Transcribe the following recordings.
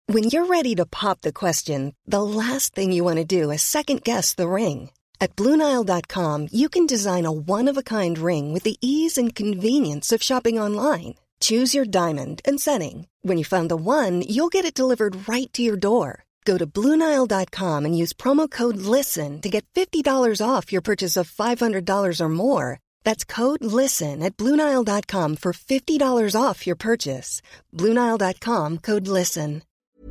When you're ready to pop the question, the last thing you want to do is second-guess the ring. At BlueNile.com, you can design a one-of-a-kind ring with the ease and convenience of shopping online. Choose your diamond and setting. When you find the one, you'll get it delivered right to your door. Go to BlueNile.com and use promo code LISTEN to get $50 off your purchase of $500 or more. That's code LISTEN at BlueNile.com for $50 off your purchase. BlueNile.com, code LISTEN.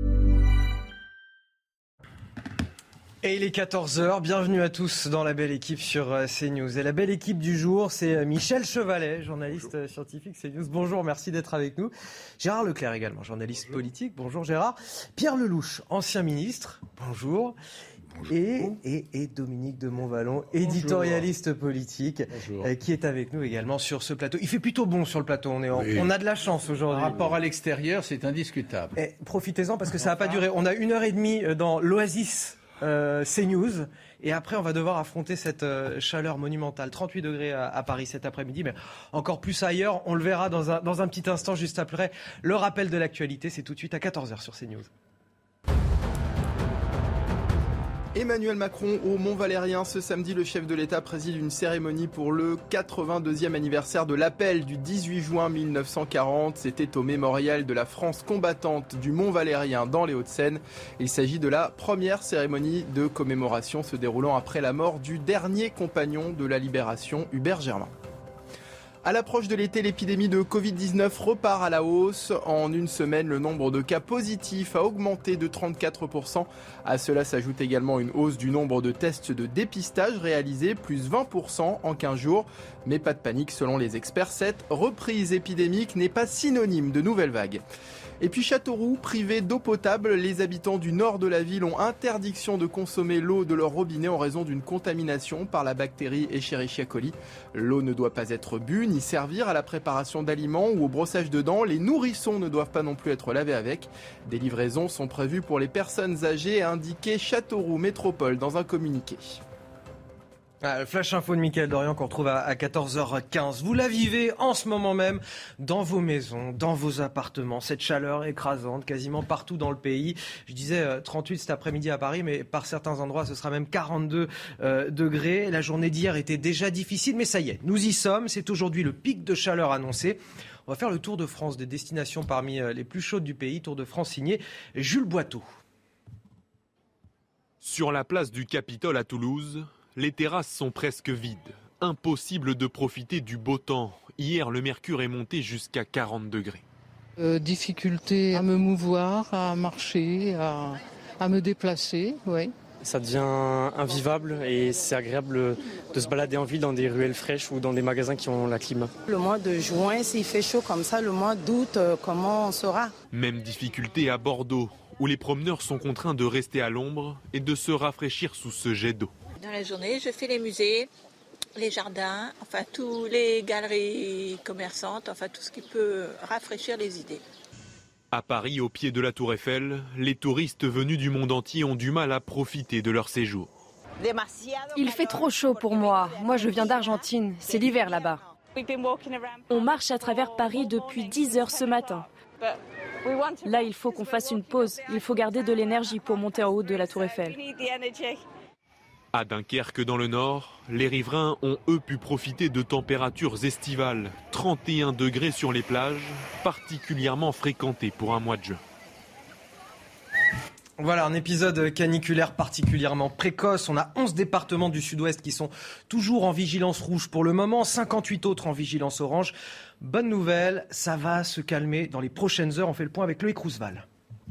Et il est 14h, bienvenue à tous dans la belle équipe sur CNews. Et la belle équipe du jour, c'est Michel Chevalet, journaliste scientifique CNews. Bonjour, merci d'être avec nous. Gérard Leclerc également, journaliste politique. Bonjour Gérard. Pierre Lelouch, ancien ministre. Bonjour. Et Dominique de Montvalon, éditorialiste politique, qui est avec nous également sur ce plateau. Il fait plutôt bon sur le plateau, on a de la chance aujourd'hui. Par rapport à l'extérieur, c'est indiscutable. Et profitez-en parce que ça va pas durer. On a 1h30 dans l'Oasis CNews et après on va devoir affronter cette chaleur monumentale, 38 degrés à Paris cet après-midi, mais encore plus ailleurs, on le verra dans un petit instant juste après le rappel de l'actualité. C'est tout de suite à 14h sur CNews. Emmanuel Macron au Mont-Valérien. Ce samedi, le chef de l'État préside une cérémonie pour le 82e anniversaire de l'appel du 18 juin 1940. C'était au mémorial de la France combattante du Mont-Valérien dans les Hauts-de-Seine. Il s'agit de la première cérémonie de commémoration se déroulant après la mort du dernier compagnon de la libération, Hubert Germain. À l'approche de l'été, l'épidémie de Covid-19 repart à la hausse. En une semaine, le nombre de cas positifs a augmenté de 34%. À cela s'ajoute également une hausse du nombre de tests de dépistage réalisés, plus 20% en 15 jours. Mais pas de panique, selon les experts, cette reprise épidémique n'est pas synonyme de nouvelle vague. Et puis Châteauroux, privé d'eau potable, les habitants du nord de la ville ont interdiction de consommer l'eau de leur robinet en raison d'une contamination par la bactérie Escherichia coli. L'eau ne doit pas être bue ni servir à la préparation d'aliments ou au brossage de dents. Les nourrissons ne doivent pas non plus être lavés avec. Des livraisons sont prévues pour les personnes âgées, a indiqué Châteauroux Métropole dans un communiqué. Flash info de Mickaël Dorian qu'on retrouve à 14h15. Vous la vivez en ce moment même dans vos maisons, dans vos appartements. Cette chaleur écrasante quasiment partout dans le pays. Je disais 38 cet après-midi à Paris, mais par certains endroits ce sera même 42 degrés. La journée d'hier était déjà difficile, mais ça y est, nous y sommes. C'est aujourd'hui le pic de chaleur annoncé. On va faire le tour de France des destinations parmi les plus chaudes du pays. Tour de France signé Jules Boiteau. Sur la place du Capitole à Toulouse, les terrasses sont presque vides. Impossible de profiter du beau temps. Hier, le mercure est monté jusqu'à 40 degrés. Difficulté à me mouvoir, à marcher, à me déplacer, oui. Ça devient invivable et c'est agréable de se balader en ville dans des ruelles fraîches ou dans des magasins qui ont la clim. Le mois de juin, s'il fait chaud comme ça, le mois d'août, comment on sera ? Même difficulté à Bordeaux, où les promeneurs sont contraints de rester à l'ombre et de se rafraîchir sous ce jet d'eau. Dans la journée, je fais les musées, les jardins, enfin toutes les galeries commerçantes, enfin tout ce qui peut rafraîchir les idées. À Paris, au pied de la Tour Eiffel, les touristes venus du monde entier ont du mal à profiter de leur séjour. Il fait trop chaud pour moi. Moi, je viens d'Argentine. C'est l'hiver là-bas. On marche à travers Paris depuis 10 heures ce matin. Là, il faut qu'on fasse une pause. Il faut garder de l'énergie pour monter en haut de la Tour Eiffel. À Dunkerque, dans le nord, les riverains ont eux pu profiter de températures estivales. 31 degrés sur les plages, particulièrement fréquentées pour un mois de juin. Voilà, un épisode caniculaire particulièrement précoce. On a 11 départements du sud-ouest qui sont toujours en vigilance rouge pour le moment, 58 autres en vigilance orange. Bonne nouvelle, ça va se calmer dans les prochaines heures. On fait le point avec Loïc Rousseval.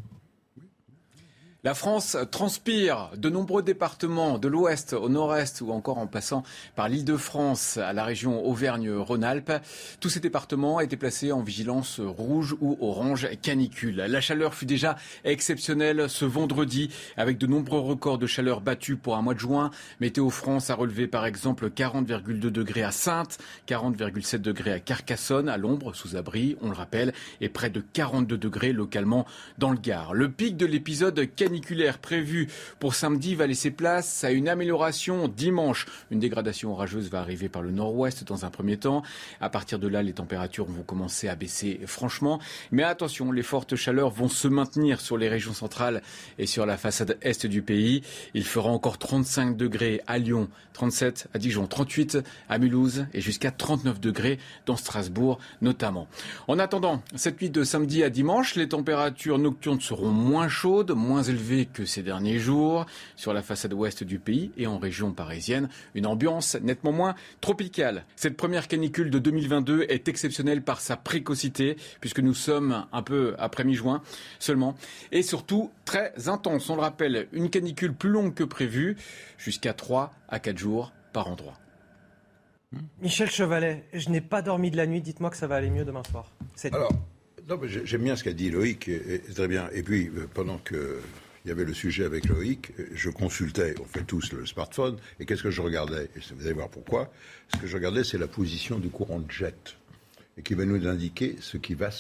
La France transpire. De nombreux départements de l'ouest au nord-est ou encore en passant par l'Île-de-France à la région Auvergne-Rhône-Alpes. Tous ces départements étaient placés en vigilance rouge ou orange canicule. La chaleur fut déjà exceptionnelle ce vendredi avec de nombreux records de chaleur battus pour un mois de juin. Météo France a relevé par exemple 40,2 degrés à Saintes, 40,7 degrés à Carcassonne, à l'ombre, sous abri, on le rappelle, et près de 42 degrés localement dans le Gard. Le pic de l'épisode caniculaire caniculaire prévue pour samedi va laisser place à une amélioration dimanche. Une dégradation orageuse va arriver par le nord-ouest dans un premier temps. À partir de là, les températures vont commencer à baisser franchement. Mais attention, les fortes chaleurs vont se maintenir sur les régions centrales et sur la façade est du pays. Il fera encore 35 degrés à Lyon, 37 à Dijon, 38 à Mulhouse et jusqu'à 39 degrés dans Strasbourg notamment. En attendant, cette nuit de samedi à dimanche, les températures nocturnes seront moins chaudes, moins élevées que ces derniers jours. Sur la façade ouest du pays et en région parisienne, une ambiance nettement moins tropicale. Cette première canicule de 2022 est exceptionnelle par sa précocité, puisque nous sommes un peu après mi-juin seulement. Et surtout, très intense. On le rappelle, une canicule plus longue que prévu, jusqu'à 3 à 4 jours par endroit. Michel Chevalet, je n'ai pas dormi de la nuit, dites-moi que ça va aller mieux demain soir. Alors, non, mais j'aime bien ce qu'a dit Loïc, très bien. Et puis, pendant qu'il y avait le sujet avec Loïc, je consultais, on fait tous le smartphone, et qu'est-ce que je regardais ? Et vous allez voir pourquoi. Ce que je regardais, c'est la position du courant de jet, et qui va nous indiquer ce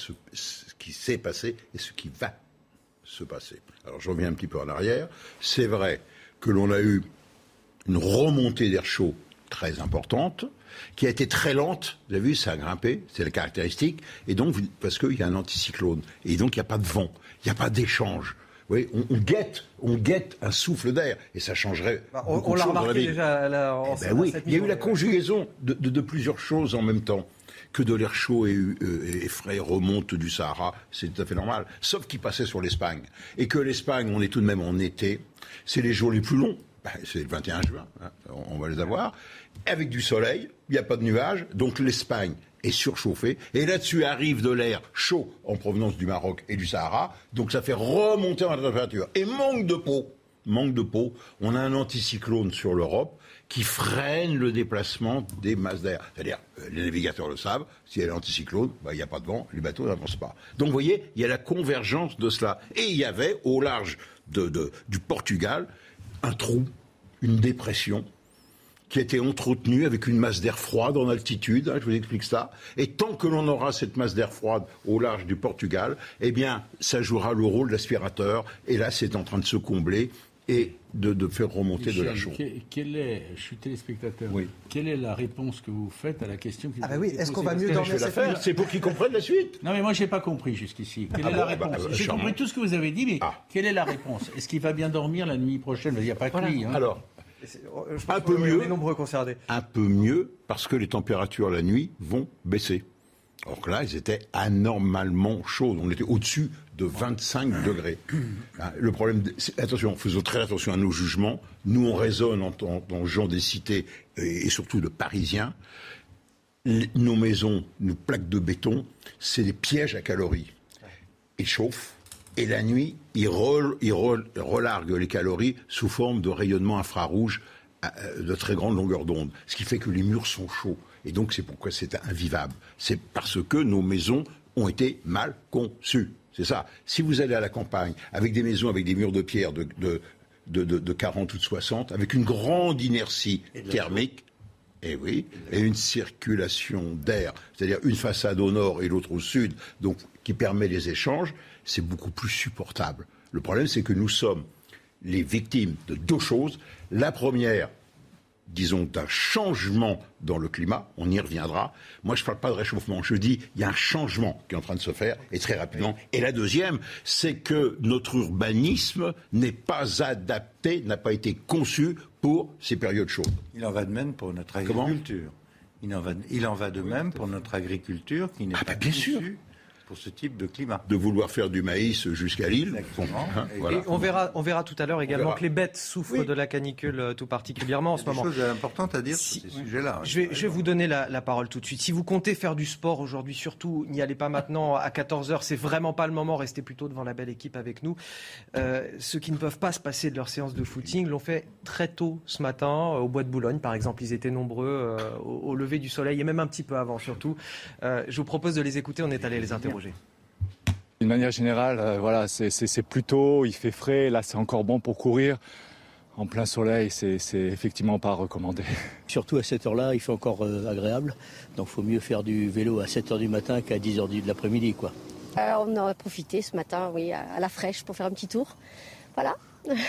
qui s'est passé et ce qui va se passer. Alors, je reviens un petit peu en arrière. C'est vrai que l'on a eu une remontée d'air chaud très importante, qui a été très lente, vous avez vu, ça a grimpé, c'est la caractéristique, et donc, parce qu'il y a un anticyclone, et donc il n'y a pas de vent, il n'y a pas d'échange. Oui, on guette un souffle d'air, et ça changerait beaucoup de choses dans la vie. Déjà oui, il y a eu la conjugaison de plusieurs choses en même temps. Que de l'air chaud et frais remonte du Sahara, c'est tout à fait normal, sauf qu'il passait sur l'Espagne. Et que l'Espagne, on est tout de même en été, c'est les jours les plus longs. C'est le 21 juin, hein, on va les avoir, avec du soleil, il n'y a pas de nuages, donc l'Espagne est surchauffée, et là-dessus arrive de l'air chaud en provenance du Maroc et du Sahara, donc ça fait remonter la température. Et manque de peau, on a un anticyclone sur l'Europe qui freine le déplacement des masses d'air. C'est-à-dire, les navigateurs le savent, s'il y a l'anticyclone, il n'y a pas de vent, les bateaux n'avancent pas. Donc vous voyez, il y a la convergence de cela. Et il y avait, au large du Portugal, un trou, une dépression, qui a été entretenue avec une masse d'air froide en altitude, hein, je vous explique ça. Et tant que l'on aura cette masse d'air froide au large du Portugal, eh bien, ça jouera le rôle d'aspirateur. Et là, c'est en train de se combler et de faire remonter Michel, de la chaux. Je suis téléspectateur. Oui. Quelle est la réponse que vous faites à la question qui oui, est-ce qu'on va mieux dormir cette nuit ? C'est pour qu'ils comprennent la suite. Non, mais moi, je n'ai pas compris jusqu'ici. Quelle est la réponse ? J'ai compris tout ce que vous avez dit, mais quelle est la réponse ? Est-ce qu'il va bien dormir la nuit prochaine ? Il n'y a pas que lui. Hein. Alors, un peu mieux. Nombreux concernés. Un peu mieux, parce que les températures la nuit vont baisser. Or que là, ils étaient anormalement chauds. On était au-dessus de 25 degrés. Le problème, attention, faisons très attention à nos jugements. Nous, on raisonne en gens des cités et surtout de Parisiens. Nos maisons, nos plaques de béton, c'est des pièges à calories. Ils chauffent. Et la nuit, ils relarguent les calories sous forme de rayonnement infrarouge de très grande longueur d'onde. Ce qui fait que les murs sont chauds. Et donc, c'est pourquoi c'est invivable. C'est parce que nos maisons ont été mal conçues. C'est ça. Si vous allez à la campagne, avec des maisons, avec des murs de pierre de 40 ou de 60, avec une grande inertie thermique, et une circulation d'air, c'est-à-dire une façade au nord et l'autre au sud, donc qui permet les échanges, c'est beaucoup plus supportable. Le problème, c'est que nous sommes les victimes de deux choses. La première, disons, d'un changement dans le climat, on y reviendra. Moi, je ne parle pas de réchauffement, je dis il y a un changement qui est en train de se faire, et très rapidement. Et la deuxième, c'est que notre urbanisme n'est pas adapté, n'a pas été conçu pour ces périodes chaudes. Il en va de même pour notre agriculture. Il en va de même pour notre agriculture qui n'est pas conçue pour ce type de climat. De vouloir faire du maïs jusqu'à Lille. Exactement. Voilà. Et on verra tout à l'heure également que les bêtes souffrent de la canicule tout particulièrement en ce moment. Il y a des choses importantes à dire sur ces sujets-là. Je vais vous donner la parole tout de suite. Si vous comptez faire du sport aujourd'hui, surtout, n'y allez pas maintenant à 14h. C'est vraiment pas le moment. Restez plutôt devant la belle équipe avec nous. Ceux qui ne peuvent pas se passer de leur séance de footing l'ont fait très tôt ce matin au Bois de Boulogne, par exemple. Ils étaient nombreux au lever du soleil et même un petit peu avant surtout. Je vous propose de les écouter. On est allé les interroger. D'une manière générale, c'est plus tôt, il fait frais, là c'est encore bon pour courir. En plein soleil, c'est effectivement pas recommandé. Surtout à cette heure-là, il fait encore agréable. Donc il faut mieux faire du vélo à 7h du matin qu'à 10h de l'après-midi, quoi. On a profité ce matin, à la fraîche pour faire un petit tour. Voilà.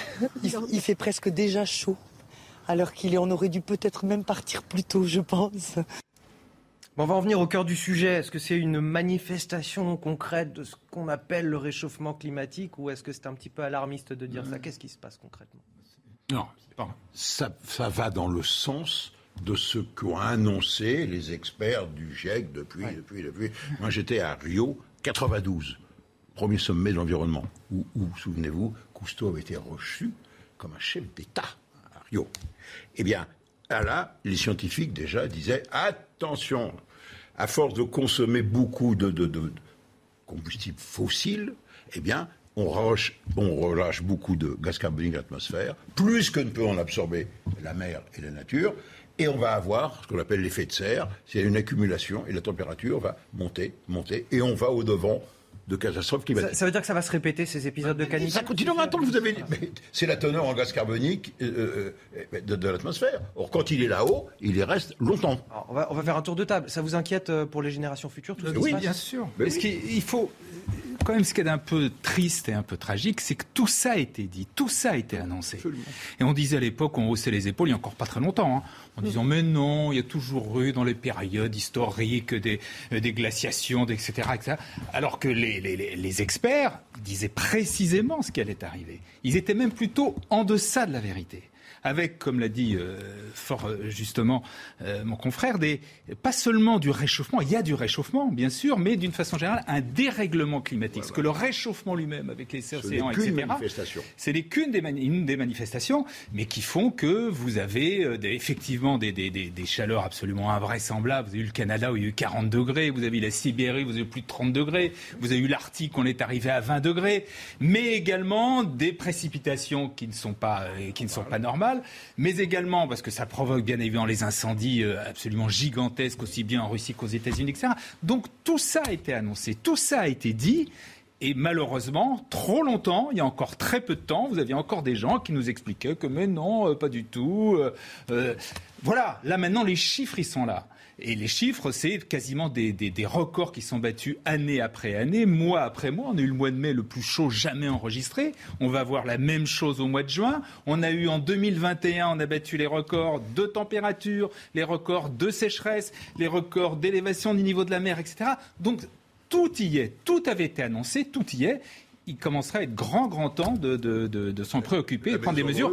Il fait presque déjà chaud. Alors on aurait dû peut-être même partir plus tôt, je pense. Bon, on va en venir au cœur du sujet. Est-ce que c'est une manifestation concrète de ce qu'on appelle le réchauffement climatique ou est-ce que c'est un petit peu alarmiste de dire ça ? Qu'est-ce qui se passe concrètement ? Non, ça va dans le sens de ce qu'ont annoncé les experts du GIEC depuis. Moi, j'étais à Rio, 92, premier sommet de l'environnement, où souvenez-vous, Cousteau avait été reçu comme un chef d'État à Rio. Eh bien, là, les scientifiques déjà disaient « Attention, à force de consommer beaucoup de combustibles fossiles, eh bien, on relâche beaucoup de gaz carbonique dans l'atmosphère, plus que ne peut en absorber la mer et la nature, et on va avoir ce qu'on appelle l'effet de serre, c'est une accumulation, et la température va monter, et on va au-devant de catastrophes climatiques. Ça veut dire que ça va se répéter, ces épisodes de canicule ? Ça continuera à temps, vous avez dit. C'est la teneur en gaz carbonique de l'atmosphère. Or, quand il est là-haut, il y reste longtemps. Alors, on va faire un tour de table. Ça vous inquiète pour les générations futures, tout ce qui Oui, se passe ? bien sûr. Parce qu'il faut... Quand même, ce qui est un peu triste et un peu tragique, c'est que tout ça a été dit, tout ça a été annoncé. Absolument. Et on disait à l'époque, on haussait les épaules, il n'y a encore pas très longtemps, en disant mais non, il y a toujours eu dans les périodes historiques des glaciations, etc., etc. Alors que les experts disaient précisément ce qui allait arriver. Ils étaient même plutôt en deçà de la vérité. Avec, comme l'a dit fort justement mon confrère, pas seulement du réchauffement, il y a du réchauffement bien sûr, mais d'une façon générale un dérèglement climatique. Parce que le réchauffement lui-même avec les océans, etc., c'est une des manifestations, mais qui font que vous avez effectivement des chaleurs absolument invraisemblables. Vous avez eu le Canada où il y a eu 40 degrés, vous avez eu la Sibérie, vous avez eu plus de 30 degrés, vous avez eu l'Arctique, on est arrivé à 20 degrés, mais également des précipitations qui ne sont pas normales, mais également parce que ça provoque bien évidemment les incendies absolument gigantesques aussi bien en Russie qu'aux États-Unis, etc. Donc tout ça a été annoncé, tout ça a été dit. Et malheureusement, trop longtemps, il y a encore très peu de temps, vous aviez encore des gens qui nous expliquaient que mais non, pas du tout. Voilà, là maintenant les chiffres ils sont là. Et les chiffres, c'est quasiment des records qui sont battus année après année, mois après mois. On a eu le mois de mai le plus chaud jamais enregistré. On va avoir la même chose au mois de juin. On a eu en 2021, on a battu les records de température, les records de sécheresse, les records d'élévation du niveau de la mer, etc. Donc tout y est, tout avait été annoncé, tout y est. Il commencerait à être grand temps de s'en préoccuper, de prendre des mesures,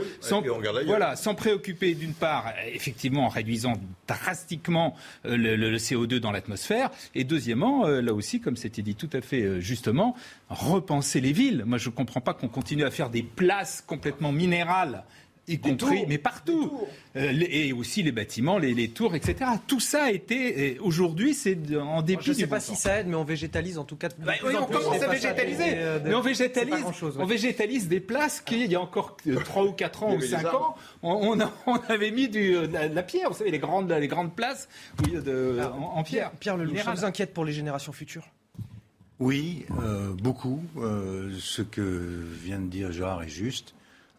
sans préoccuper d'une part, effectivement, en réduisant drastiquement le CO2 dans l'atmosphère, et deuxièmement, là aussi, comme c'était dit tout à fait justement, repenser les villes. Moi, je ne comprends pas qu'on continue à faire des places complètement minérales, y compris, mais partout. Et aussi les bâtiments, les tours, etc. Tout ça a été, aujourd'hui, c'est en dépit du bon temps. Je ne sais pas si ça aide, mais on végétalise en tout cas. Oui, on commence à végétaliser. Mais on végétalise des places qu'il y a encore 3 ou 4 ans ou 5 ans. On avait mis de la pierre, vous savez, les grandes places en pierre. Pierre Lelouch, ça vous inquiète pour les générations futures ? Oui, beaucoup. Ce que vient de dire Gérard est juste.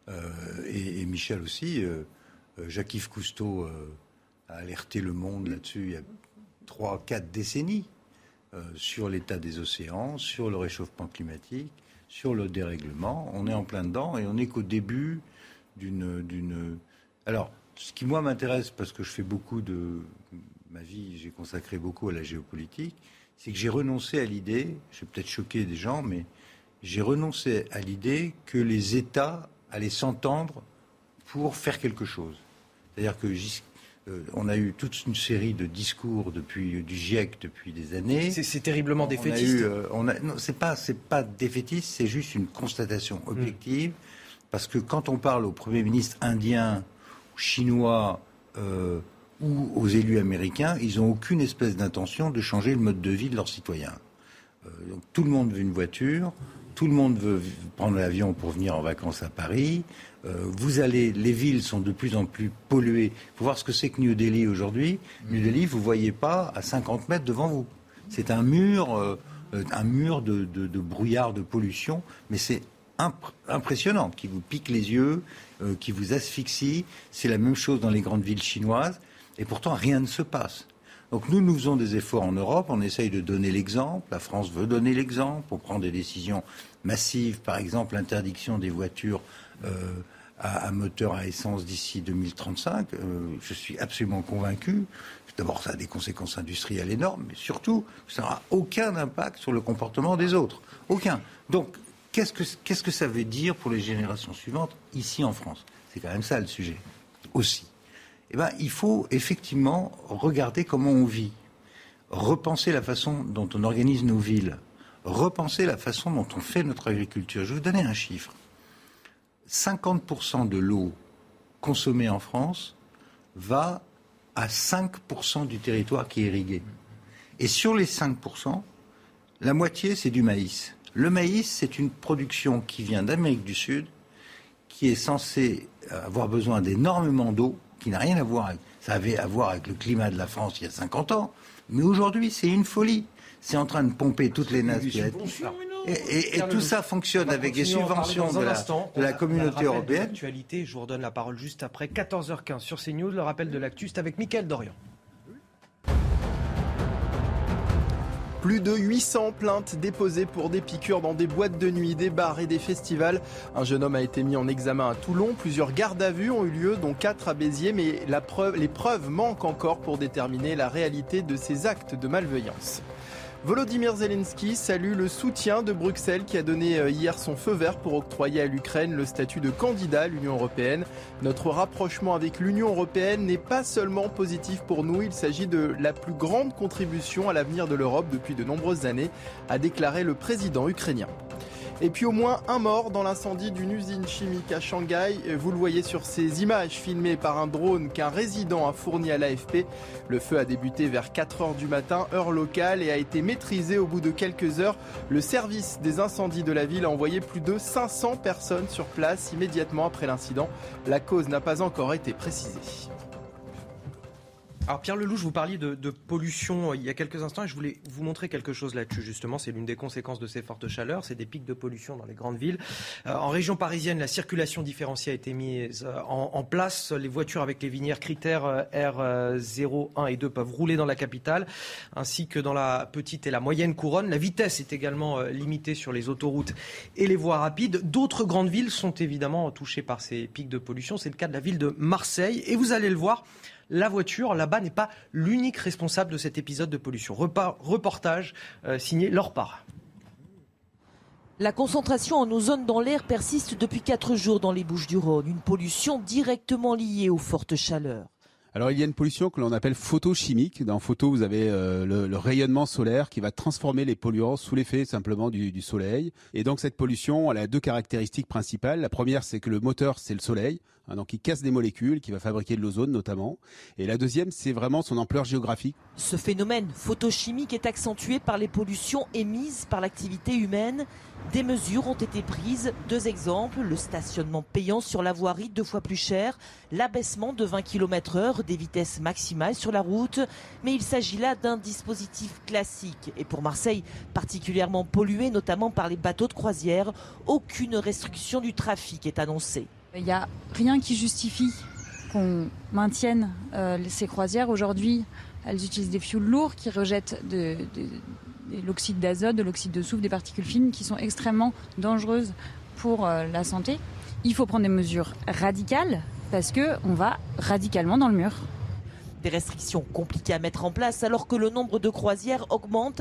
Et Michel aussi, Jacques-Yves Cousteau a alerté le monde là-dessus il y a 3-4 décennies sur l'état des océans, sur le réchauffement climatique, sur le dérèglement. On est en plein dedans et on n'est qu'au début d'une... Alors, ce qui moi m'intéresse, parce que je fais beaucoup de... Ma vie, j'ai consacré beaucoup à la géopolitique, c'est que j'ai renoncé à l'idée, je vais peut-être choquer des gens, mais j'ai renoncé à l'idée que les États aller s'entendre pour faire quelque chose. C'est-à-dire que on a eu toute une série de discours du GIEC depuis des années. C'est terriblement défaitiste. Non, c'est pas défaitiste, c'est juste une constatation objective. Parce que quand on parle au Premier ministre indien, chinois ou aux élus américains, ils n'ont aucune espèce d'intention de changer le mode de vie de leurs citoyens. Donc, tout le monde veut une voiture. Tout le monde veut prendre l'avion pour venir en vacances à Paris. Les villes sont de plus en plus polluées. Il faut voir ce que c'est que New Delhi aujourd'hui. New Delhi, vous ne voyez pas à 50 mètres devant vous. C'est un mur de brouillard, de pollution, mais c'est impressionnant, qui vous pique les yeux, qui vous asphyxie. C'est la même chose dans les grandes villes chinoises. Et pourtant, rien ne se passe. Donc nous faisons des efforts en Europe, on essaye de donner l'exemple, la France veut donner l'exemple, on prend des décisions massives, par exemple l'interdiction des voitures à moteur à essence d'ici 2035. Je suis absolument convaincu. D'abord, ça a des conséquences industrielles énormes, mais surtout, ça n'aura aucun impact sur le comportement des autres. Aucun. Donc, qu'est-ce que ça veut dire pour les générations suivantes, ici en France ? C'est quand même ça le sujet, aussi. Eh bien, il faut effectivement regarder comment on vit, repenser la façon dont on organise nos villes, repenser la façon dont on fait notre agriculture. Je vais vous donner un chiffre. 50% de l'eau consommée en France va à 5% du territoire qui est irrigué. Et sur les 5%, la moitié, c'est du maïs. Le maïs, c'est une production qui vient d'Amérique du Sud, qui est censée avoir besoin d'énormément d'eau, qui n'a rien à voir avec... Ça avait à voir avec le climat de la France il y a 50 ans, mais aujourd'hui, c'est une folie. C'est en train de pomper toutes les nappes. Et tout ça fonctionne avec des subventions de la communauté européenne. Je vous redonne la parole juste après 14h15 sur CNews. Le rappel de l'actu, c'est avec Mickaël Dorian. Plus de 800 plaintes déposées pour des piqûres dans des boîtes de nuit, des bars et des festivals. Un jeune homme a été mis en examen à Toulon. Plusieurs gardes à vue ont eu lieu, dont 4 à Béziers. Mais les preuves manquent encore pour déterminer la réalité de ces actes de malveillance. Volodymyr Zelensky salue le soutien de Bruxelles qui a donné hier son feu vert pour octroyer à l'Ukraine le statut de candidat à l'Union européenne. Notre rapprochement avec l'Union européenne n'est pas seulement positif pour nous, il s'agit de la plus grande contribution à l'avenir de l'Europe depuis de nombreuses années, a déclaré le président ukrainien. Et puis au moins un mort dans l'incendie d'une usine chimique à Shanghai. Vous le voyez sur ces images filmées par un drone qu'un résident a fourni à l'AFP. Le feu a débuté vers 4h du matin, heure locale, et a été maîtrisé au bout de quelques heures. Le service des incendies de la ville a envoyé plus de 500 personnes sur place immédiatement après l'incident. La cause n'a pas encore été précisée. Alors Pierre Lelouch, vous parliez de pollution il y a quelques instants et je voulais vous montrer quelque chose là-dessus justement. C'est l'une des conséquences de ces fortes chaleurs, c'est des pics de pollution dans les grandes villes. En région parisienne, la circulation différenciée a été mise en place. Les voitures avec les vignettes critères R0, 1 et 2 peuvent rouler dans la capitale, ainsi que dans la petite et la moyenne couronne. La vitesse est également limitée sur les autoroutes et les voies rapides. D'autres grandes villes sont évidemment touchées par ces pics de pollution. C'est le cas de la ville de Marseille et vous allez le voir, la voiture, là-bas, n'est pas l'unique responsable de cet épisode de pollution. Reportage signé Laure Parra. La concentration en ozone dans l'air persiste depuis 4 jours dans les Bouches-du-Rhône. Une pollution directement liée aux fortes chaleurs. Alors il y a une pollution que l'on appelle photochimique. Dans photo, vous avez le rayonnement solaire qui va transformer les polluants sous l'effet simplement du soleil. Et donc cette pollution, elle a 2 caractéristiques principales. La première, c'est que le moteur, c'est le soleil. Donc il casse des molécules, qui va fabriquer de l'ozone notamment. Et la deuxième, c'est vraiment son ampleur géographique. Ce phénomène photochimique est accentué par les pollutions émises par l'activité humaine. Des mesures ont été prises. 2 exemples, le stationnement payant sur la voirie 2 fois plus cher, l'abaissement de 20 km/h des vitesses maximales sur la route. Mais il s'agit là d'un dispositif classique. Et pour Marseille, particulièrement pollué notamment par les bateaux de croisière, aucune restriction du trafic est annoncée. Il n'y a rien qui justifie qu'on maintienne ces croisières. Aujourd'hui, elles utilisent des fioul lourds qui rejettent de l'oxyde d'azote, de l'oxyde de soufre, des particules fines qui sont extrêmement dangereuses pour la santé. Il faut prendre des mesures radicales parce qu'on va radicalement dans le mur. Des restrictions compliquées à mettre en place alors que le nombre de croisières augmente.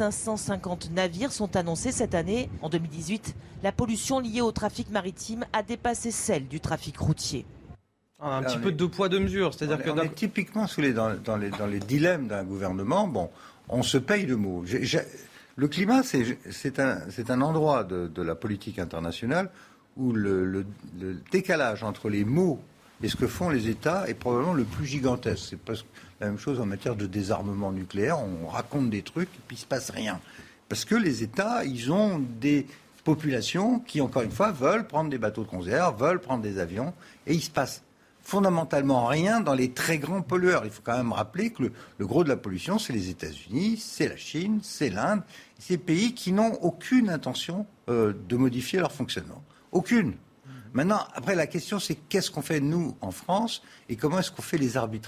550 navires sont annoncés cette année. En 2018, la pollution liée au trafic maritime a dépassé celle du trafic routier. Un petit peu de 2 poids 2 mesures. C'est-à-dire on est typiquement dans les dilemmes d'un gouvernement. Bon, on se paye de mots. Le climat, c'est un endroit de la politique internationale où le décalage entre les mots et ce que font les États est probablement le plus gigantesque. C'est presque la même chose en matière de désarmement nucléaire. On raconte des trucs et puis il ne se passe rien. Parce que les États, ils ont des populations qui, encore une fois, veulent prendre des bateaux de conserve, veulent prendre des avions. Et il se passe fondamentalement rien dans les très grands pollueurs. Il faut quand même rappeler que le gros de la pollution, c'est les États-Unis, c'est la Chine, c'est l'Inde. Ces pays qui n'ont aucune intention de modifier leur fonctionnement. Aucune. Maintenant, après, la question, c'est qu'est-ce qu'on fait, nous, en France, et comment est-ce qu'on fait les arbitrages ?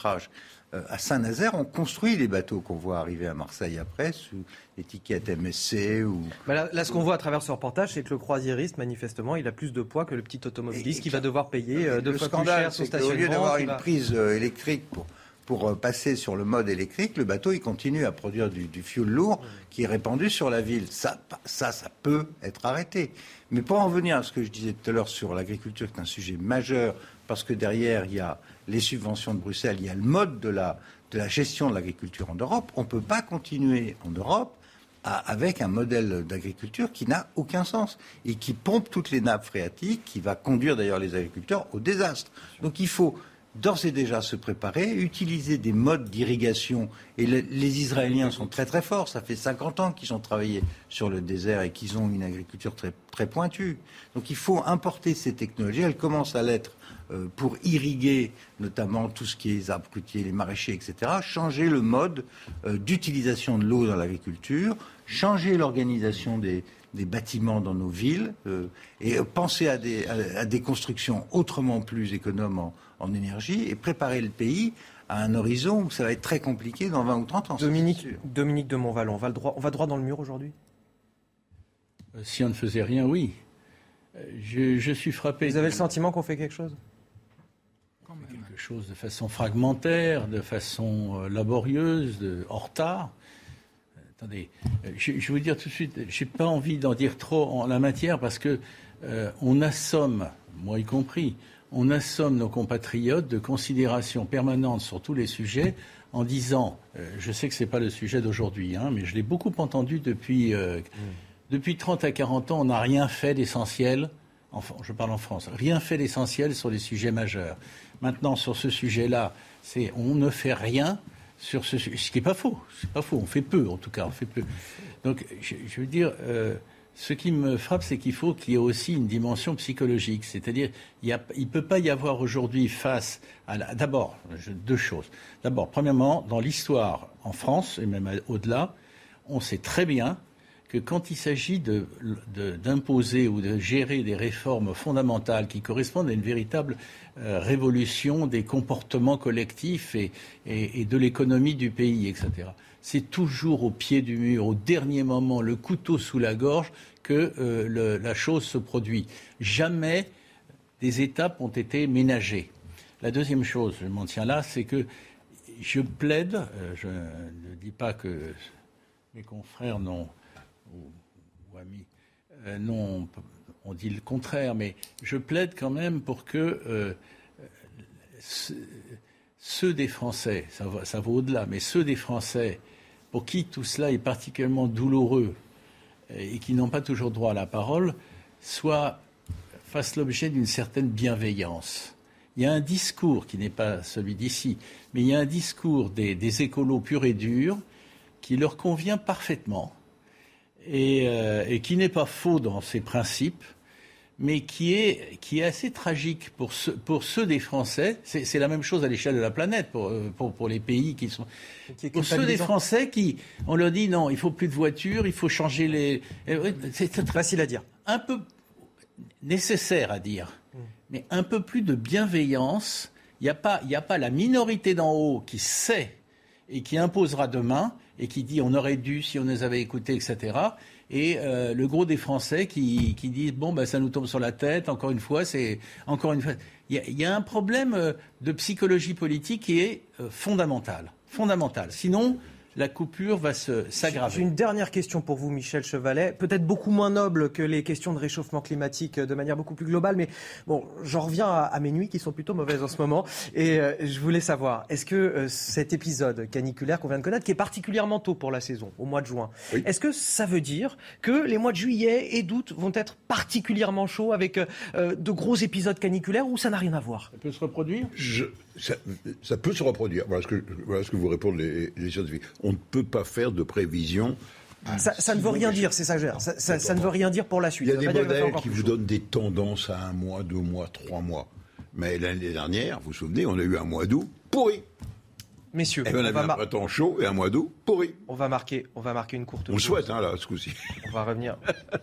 à Saint-Nazaire, on construit les bateaux qu'on voit arriver à Marseille après, sous l'étiquette MSC. Là, ce qu'on voit à travers ce reportage, c'est que le croisiériste, manifestement, il a plus de poids que le petit automobiliste qui va devoir payer 2 fois plus cher son stationnement. Au lieu d'avoir une prise électrique pour passer sur le mode électrique, le bateau, il continue à produire du fioul lourd qui est répandu sur la ville. Ça peut être arrêté. Mais pour en venir à ce que je disais tout à l'heure sur l'agriculture, qui est un sujet majeur, parce que derrière, il y a les subventions de Bruxelles, il y a le mode de la gestion de l'agriculture en Europe. On ne peut pas continuer en Europe avec un modèle d'agriculture qui n'a aucun sens et qui pompe toutes les nappes phréatiques, qui va conduire d'ailleurs les agriculteurs au désastre. Donc il faut d'ores et déjà se préparer, utiliser des modes d'irrigation. Et les Israéliens sont très très forts. Ça fait 50 ans qu'ils ont travaillé sur le désert et qu'ils ont une agriculture très, très pointue. Donc il faut importer ces technologies. Elles commencent à l'être pour irriguer notamment tout ce qui est les arbres fruitiers, les maraîchers, etc. Changer le mode d'utilisation de l'eau dans l'agriculture, changer l'organisation des bâtiments dans nos villes et penser à des constructions autrement plus économes en énergie et préparer le pays à un horizon où ça va être très compliqué dans 20 ou 30 ans. Dominique de Montvalon, on va droit dans le mur aujourd'hui ? Si on ne faisait rien, oui. Je suis frappé. Vous avez le sentiment qu'on fait quelque chose ? Quelque chose de façon fragmentaire, de façon laborieuse, en retard. Attendez, je vais vous dire tout de suite, je n'ai pas envie d'en dire trop en la matière parce que on assomme, moi y compris, on assomme nos compatriotes de considérations permanentes sur tous les sujets en disant, je sais que ce n'est pas le sujet d'aujourd'hui, mais je l'ai beaucoup entendu depuis 30 à 40 ans, on n'a rien fait d'essentiel, je parle en France, rien fait d'essentiel sur les sujets majeurs. Maintenant, sur ce sujet-là, on ne fait rien sur ce sujet, ce qui n'est pas faux, on fait peu en tout cas, on fait peu. Donc, je veux dire, ce qui me frappe, c'est qu'il faut qu'il y ait aussi une dimension psychologique, c'est-à-dire, il ne peut pas y avoir aujourd'hui face à d'abord, 2 choses. D'abord, premièrement, dans l'histoire en France, et même au-delà, on sait très bien que quand il s'agit d'imposer ou de gérer des réformes fondamentales qui correspondent à une véritable révolution des comportements collectifs et de l'économie du pays, etc., c'est toujours au pied du mur, au dernier moment, le couteau sous la gorge, que la chose se produit. Jamais des étapes ont été ménagées. La deuxième chose, je m'en tiens là, c'est que je plaide, je ne dis pas que mes confrères n'ont... ou amis, non, on dit le contraire, mais je plaide quand même pour que ceux des Français, ça va au-delà, mais ceux des Français pour qui tout cela est particulièrement douloureux et qui n'ont pas toujours droit à la parole, fassent l'objet d'une certaine bienveillance. Il y a un discours qui n'est pas celui d'ici, mais il y a un discours des écolos purs et durs qui leur convient parfaitement. Et qui n'est pas faux dans ses principes, mais qui est assez tragique pour ceux des Français. C'est la même chose à l'échelle de la planète pour les pays qui sont... Pour ceux des Français on leur dit non, il faut plus de voitures, il faut changer les... C'est facile à dire. Un peu nécessaire à dire, mais un peu plus de bienveillance. Il n'y a pas la minorité d'en haut qui sait et qui imposera demain et qui dit on aurait dû si on nous avait écoutés, etc. Et le gros des Français qui disent ça nous tombe sur la tête, encore une fois. Il y a un problème de psychologie politique qui est fondamental. Sinon, la coupure va s'aggraver. J'ai une dernière question pour vous, Michel Chevalet. Peut-être beaucoup moins noble que les questions de réchauffement climatique de manière beaucoup plus globale. Mais bon, j'en reviens à mes nuits qui sont plutôt mauvaises en ce moment. Et je voulais savoir, est-ce que cet épisode caniculaire qu'on vient de connaître, qui est particulièrement tôt pour la saison, au mois de juin, oui, est-ce que ça veut dire que les mois de juillet et d'août vont être particulièrement chauds avec de gros épisodes caniculaires ou ça n'a rien à voir? Ça peut se reproduire? Ça peut se reproduire. Voilà ce que vous répondent les scientifiques. On ne peut pas faire de prévision. Ça ne veut rien dire, c'est ça que je veux dire. Ça ne veut rien dire pour la suite. Il y a des modèles qui vous donnent des tendances à 1 mois, 2 mois, 3 mois. Mais l'année dernière, vous vous souvenez, on a eu un mois d'août pourri. Messieurs, on avait un printemps chaud et un mois d'août pourri. On va marquer une courte pause. On le souhaite, là, ce coup-ci. On va revenir.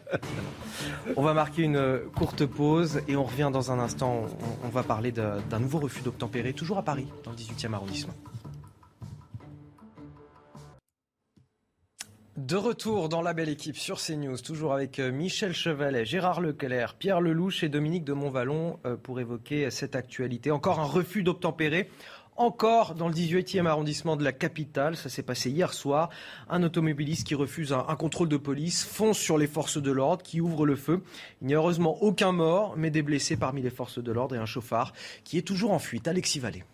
On va marquer une courte pause et on revient dans un instant. On va parler d'un nouveau refus d'obtempérer, toujours à Paris, dans le 18e arrondissement. De retour dans la belle équipe sur CNews, toujours avec Michel Chevalet, Gérard Leclerc, Pierre Lelouch et Dominique de Montvalon pour évoquer cette actualité. Encore un refus d'obtempérer, encore dans le 18e arrondissement de la capitale. Ça s'est passé hier soir. Un automobiliste qui refuse un contrôle de police fonce sur les forces de l'ordre qui ouvrent le feu. Il n'y a heureusement aucun mort, mais des blessés parmi les forces de l'ordre et un chauffard qui est toujours en fuite. Alexis Vallée.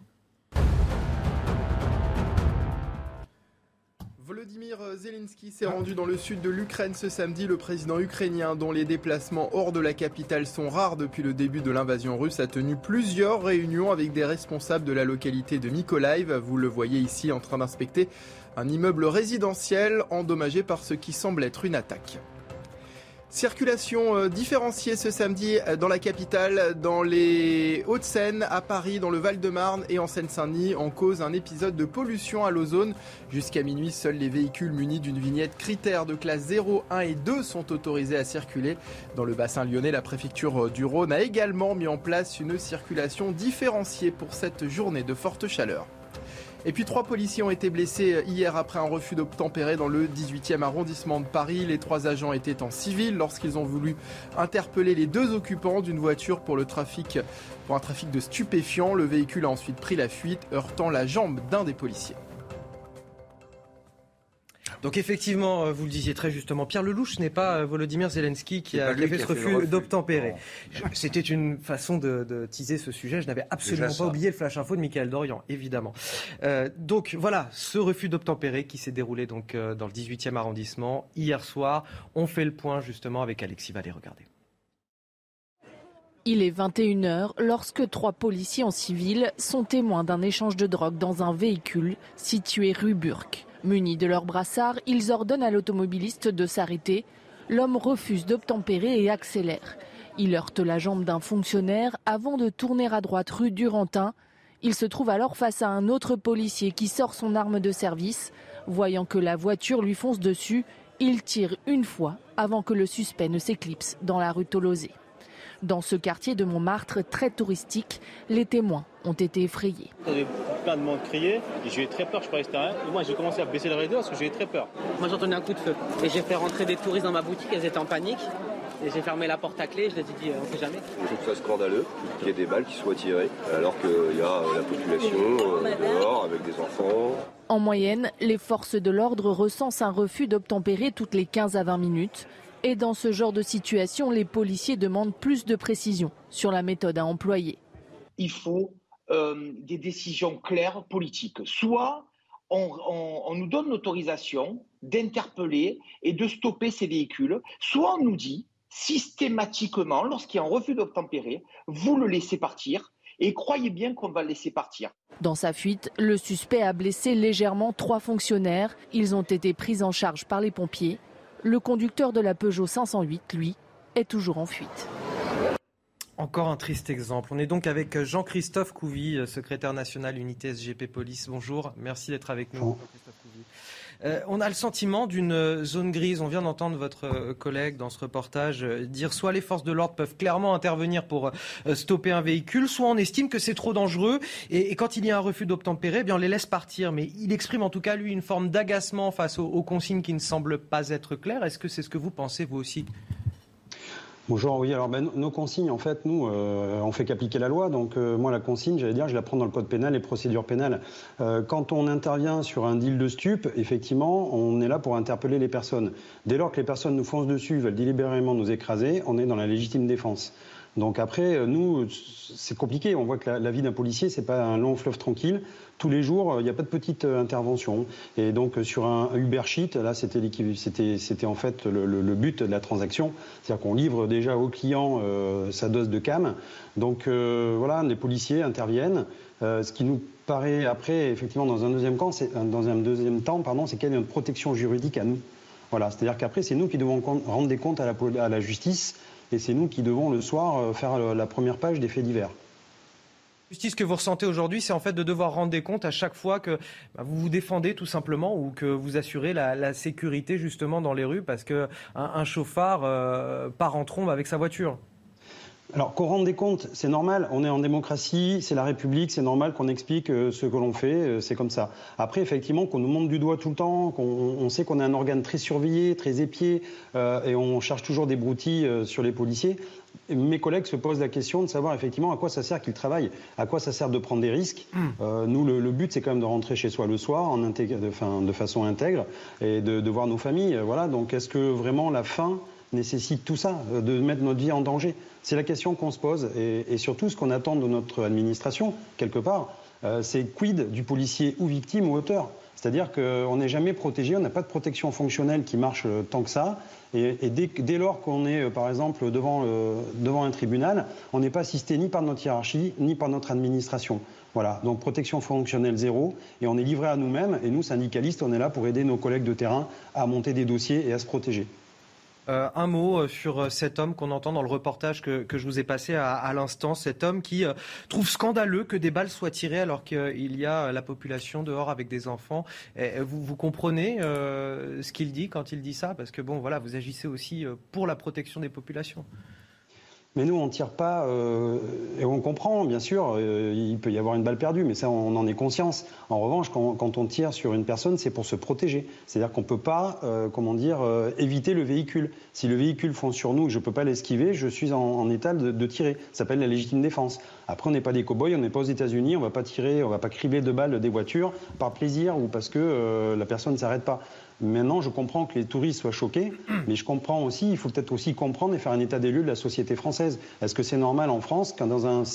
Volodymyr Zelensky s'est rendu dans le sud de l'Ukraine ce samedi. Le président ukrainien, dont les déplacements hors de la capitale sont rares depuis le début de l'invasion russe, a tenu plusieurs réunions avec des responsables de la localité de Mykolaiv. Vous le voyez ici en train d'inspecter un immeuble résidentiel endommagé par ce qui semble être une attaque. Circulation différenciée ce samedi dans la capitale, dans les Hauts-de-Seine, à Paris, dans le Val-de-Marne et en Seine-Saint-Denis, en cause un épisode de pollution à l'ozone. Jusqu'à minuit, seuls les véhicules munis d'une vignette critère de classe 0, 1 et 2 sont autorisés à circuler. Dans le bassin lyonnais, la préfecture du Rhône a également mis en place une circulation différenciée pour cette journée de forte chaleur. Et puis 3 policiers ont été blessés hier après un refus d'obtempérer dans le 18e arrondissement de Paris. Les 3 agents étaient en civil lorsqu'ils ont voulu interpeller les 2 occupants d'une voiture pour un trafic de stupéfiants. Le véhicule a ensuite pris la fuite, heurtant la jambe d'un des policiers. Donc effectivement, vous le disiez très justement, Pierre Lelouch, ce n'est pas Volodymyr Zelensky qui a fait ce refus d'obtempérer. C'était une façon de teaser ce sujet. Je n'avais absolument pas oublié le flash info de Mickaël Dorian, évidemment. Donc voilà, ce refus d'obtempérer qui s'est déroulé donc dans le 18e arrondissement hier soir. On fait le point justement avec Alexis Vallée. Regardez. Il est 21h lorsque 3 policiers en civil sont témoins d'un échange de drogue dans un véhicule situé rue Burke. Munis de leurs brassards, ils ordonnent à l'automobiliste de s'arrêter. L'homme refuse d'obtempérer et accélère. Il heurte la jambe d'un fonctionnaire avant de tourner à droite rue Durantin. Il se trouve alors face à un autre policier qui sort son arme de service. Voyant que la voiture lui fonce dessus, il tire une fois avant que le suspect ne s'éclipse dans la rue Tolosé. Dans ce quartier de Montmartre très touristique, les témoins ont été effrayés. Il y avait plein de monde crier et j'ai eu très peur, je suis pas resté à rien. Et moi j'ai commencé à baisser le rideau parce que j'ai eu très peur. Moi j'entendais un coup de feu et j'ai fait rentrer des touristes dans ma boutique, elles étaient en panique. Et j'ai fermé la porte à clé, je les ai dit on sait jamais. Je trouve ça scandaleux qu'il y ait des balles qui soient tirées alors qu'il y a la population dehors avec des enfants. En moyenne, les forces de l'ordre recensent un refus d'obtempérer toutes les 15 à 20 minutes. Et dans ce genre de situation, les policiers demandent plus de précision sur la méthode à employer. Il faut des décisions claires politiques. Soit on nous donne l'autorisation d'interpeller et de stopper ces véhicules, soit on nous dit systématiquement, lorsqu'il y a un refus d'obtempérer, vous le laissez partir et croyez bien qu'on va le laisser partir. Dans sa fuite, le suspect a blessé légèrement 3 fonctionnaires. Ils ont été pris en charge par les pompiers. Le conducteur de la Peugeot 508, lui, est toujours en fuite. Encore un triste exemple. On est donc avec Jean-Christophe Couvi, secrétaire national Unité SGP Police. Bonjour, merci d'être avec nous. Jean-Christophe Couvi. On a le sentiment d'une zone grise. On vient d'entendre votre collègue dans ce reportage dire soit les forces de l'ordre peuvent clairement intervenir pour stopper un véhicule, soit on estime que c'est trop dangereux et quand il y a un refus d'obtempérer, eh bien on les laisse partir. Mais il exprime en tout cas, lui, une forme d'agacement face aux consignes qui ne semblent pas être claires. Est-ce que c'est ce que vous pensez, vous aussi ? Bonjour, oui, alors nos consignes, en fait, nous, on fait qu'appliquer la loi. Donc moi, la consigne, j'allais dire, je la prends dans le code pénal et procédure pénale. Quand on intervient sur un deal de stupes, effectivement, on est là pour interpeller les personnes. Dès lors que les personnes nous foncent dessus, veulent délibérément nous écraser, on est dans la légitime défense. Donc après, nous, c'est compliqué. On voit que la vie d'un policier, c'est pas un long fleuve tranquille. Tous les jours, il n'y a pas de petite intervention. Et donc sur un Uber Sheet, là, c'était en fait le but de la transaction. C'est-à-dire qu'on livre déjà au client sa dose de cam. Donc voilà, les policiers interviennent. Ce qui nous paraît après, effectivement, dans un deuxième temps, c'est qu'il y a une protection juridique à nous. Voilà, c'est-à-dire qu'après, c'est nous qui devons rendre des comptes à la justice. Et c'est nous qui devons le soir faire la première page des faits divers. La justice que vous ressentez aujourd'hui, c'est en fait de devoir rendre des comptes à chaque fois que vous vous défendez tout simplement ou que vous assurez la sécurité justement dans les rues parce qu'un chauffard part en trombe avec sa voiture. Alors qu'on rende des comptes, c'est normal, on est en démocratie, c'est la République, c'est normal qu'on explique ce que l'on fait, c'est comme ça. Après, effectivement, qu'on nous montre du doigt tout le temps, qu'on sait qu'on est un organe très surveillé, très épié, et on cherche toujours des broutilles sur les policiers. Mes collègues se posent la question de savoir effectivement à quoi ça sert qu'ils travaillent, à quoi ça sert de prendre des risques. Nous, le but, c'est quand même de rentrer chez soi le soir de façon intègre et de voir nos familles. Voilà. Donc, est-ce que vraiment la faim nécessite tout ça, de mettre notre vie en danger? C'est la question qu'on se pose et surtout ce qu'on attend de notre administration, quelque part, c'est quid du policier ou victime ou auteur. C'est-à-dire qu'on n'est jamais protégé, on n'a pas de protection fonctionnelle qui marche tant que ça. Et dès lors qu'on est, par exemple, devant un tribunal, on n'est pas assisté ni par notre hiérarchie, ni par notre administration. Voilà, donc protection fonctionnelle zéro, et on est livré à nous-mêmes. Et nous, syndicalistes, on est là pour aider nos collègues de terrain à monter des dossiers et à se protéger. Un mot sur cet homme qu'on entend dans le reportage que je vous ai passé à l'instant, cet homme qui trouve scandaleux que des balles soient tirées alors qu'il y a la population dehors avec des enfants. Et vous comprenez ce qu'il dit quand il dit ça? Parce que bon, voilà, vous agissez aussi pour la protection des populations. Mais nous, on ne tire pas, et on comprend, bien sûr, il peut y avoir une balle perdue, mais ça, on en est conscience. En revanche, quand on tire sur une personne, c'est pour se protéger. C'est-à-dire qu'on ne peut pas, éviter le véhicule. Si le véhicule fonce sur nous et que je ne peux pas l'esquiver, je suis en état de tirer. Ça s'appelle la légitime défense. Après, on n'est pas des cow-boys, on n'est pas aux États-Unis, on ne va pas tirer, on ne va pas cribler de balles des voitures par plaisir ou parce que la personne ne s'arrête pas. Maintenant, je comprends que les touristes soient choqués, mais je comprends aussi, il faut peut-être aussi comprendre et faire un état des lieux de la société française. Est-ce que c'est normal en France, quand dans dans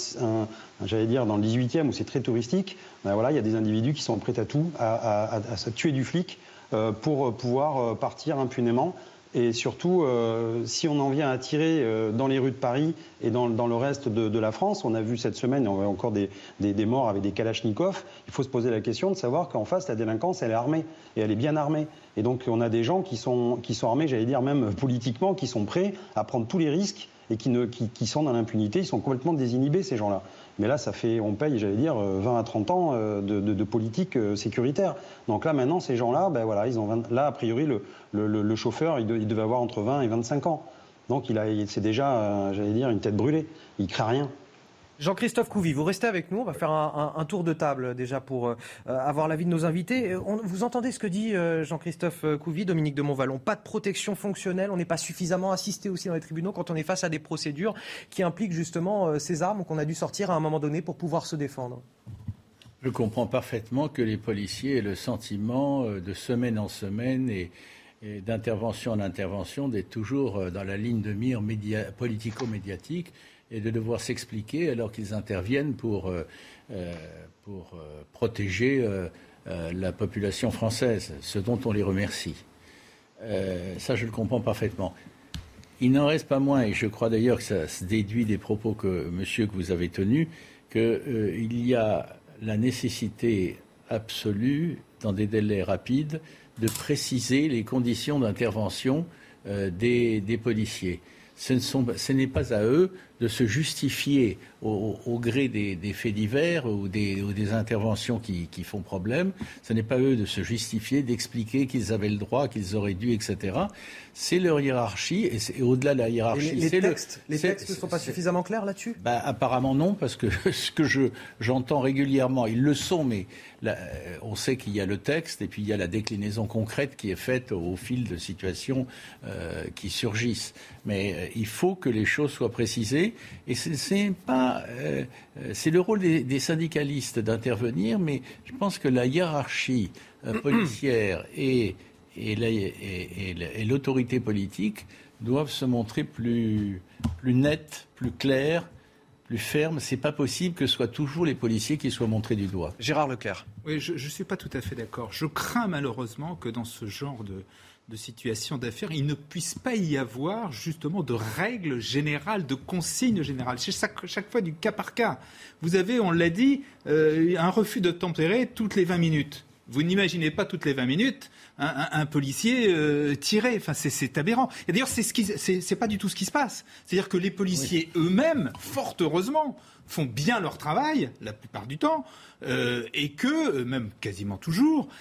le 18e où c'est très touristique, ben voilà, il y a des individus qui sont prêts à tout, à tuer du flic pour pouvoir partir impunément. Et surtout, si on en vient à tirer dans les rues de Paris et dans le reste de la France, on a vu cette semaine, on a encore des morts avec des kalachnikovs, il faut se poser la question de savoir qu'en face, la délinquance, elle est armée, et elle est bien armée. Et donc, on a des gens qui sont armés, j'allais dire même politiquement, qui sont prêts à prendre tous les risques et qui sont dans l'impunité, ils sont complètement désinhibés, ces gens-là. Mais là, on paye, j'allais dire, 20 à 30 ans de politique sécuritaire. Donc là, maintenant, ces gens-là, ben voilà, là, a priori, le chauffeur, il devait avoir entre 20 et 25 ans. Donc c'est déjà, j'allais dire, une tête brûlée. Il craint rien. Jean-Christophe Couvi, vous restez avec nous. On va faire un tour de table déjà pour avoir l'avis de nos invités. Vous entendez ce que dit Jean-Christophe Couvi, Dominique de Montvalon. Pas de protection fonctionnelle. On n'est pas suffisamment assisté aussi dans les tribunaux quand on est face à des procédures qui impliquent justement ces armes qu'on a dû sortir à un moment donné pour pouvoir se défendre. Je comprends parfaitement que les policiers aient le sentiment de semaine en semaine et d'intervention en intervention d'être toujours dans la ligne de mire politico-médiatique et de devoir s'expliquer alors qu'ils interviennent pour protéger la population française, ce dont on les remercie. Ça, je le comprends parfaitement. Il n'en reste pas moins, et je crois d'ailleurs que ça se déduit des propos que vous avez tenus, qu'il y a la nécessité absolue, dans des délais rapides, de préciser les conditions d'intervention des policiers. Ce n'est pas à eux de se justifier au gré des faits divers ou des interventions qui font problème. Ce n'est pas à eux de se justifier, d'expliquer qu'ils avaient le droit, qu'ils auraient dû, etc. C'est leur hiérarchie, et au-delà de la hiérarchie... Les textes ne sont pas suffisamment clairs là-dessus ? Apparemment non, parce que ce que j'entends régulièrement, ils le sont, mais là, on sait qu'il y a le texte, et puis il y a la déclinaison concrète qui est faite au fil de situations qui surgissent. Mais il faut que les choses soient précisées, et c'est le rôle des syndicalistes d'intervenir, mais je pense que la hiérarchie policière et l'autorité politique doivent se montrer plus nettes, plus claires, plus fermes. C'est pas possible que ce soit toujours les policiers qui soient montrés du doigt. Gérard Leclerc. Oui, je ne suis pas tout à fait d'accord. Je crains malheureusement que dans ce genre de situation d'affaires, il ne puisse pas y avoir justement de règles générales, de consignes générales. C'est chaque fois du cas par cas. Vous avez, on l'a dit, un refus de tempérer toutes les 20 minutes. Vous n'imaginez pas toutes les 20 minutes un policier tirer. Enfin, c'est aberrant. Et d'ailleurs, c'est pas du tout ce qui se passe. C'est-à-dire que les policiers eux-mêmes, fort heureusement, font bien leur travail la plupart du temps, et que, même quasiment toujours,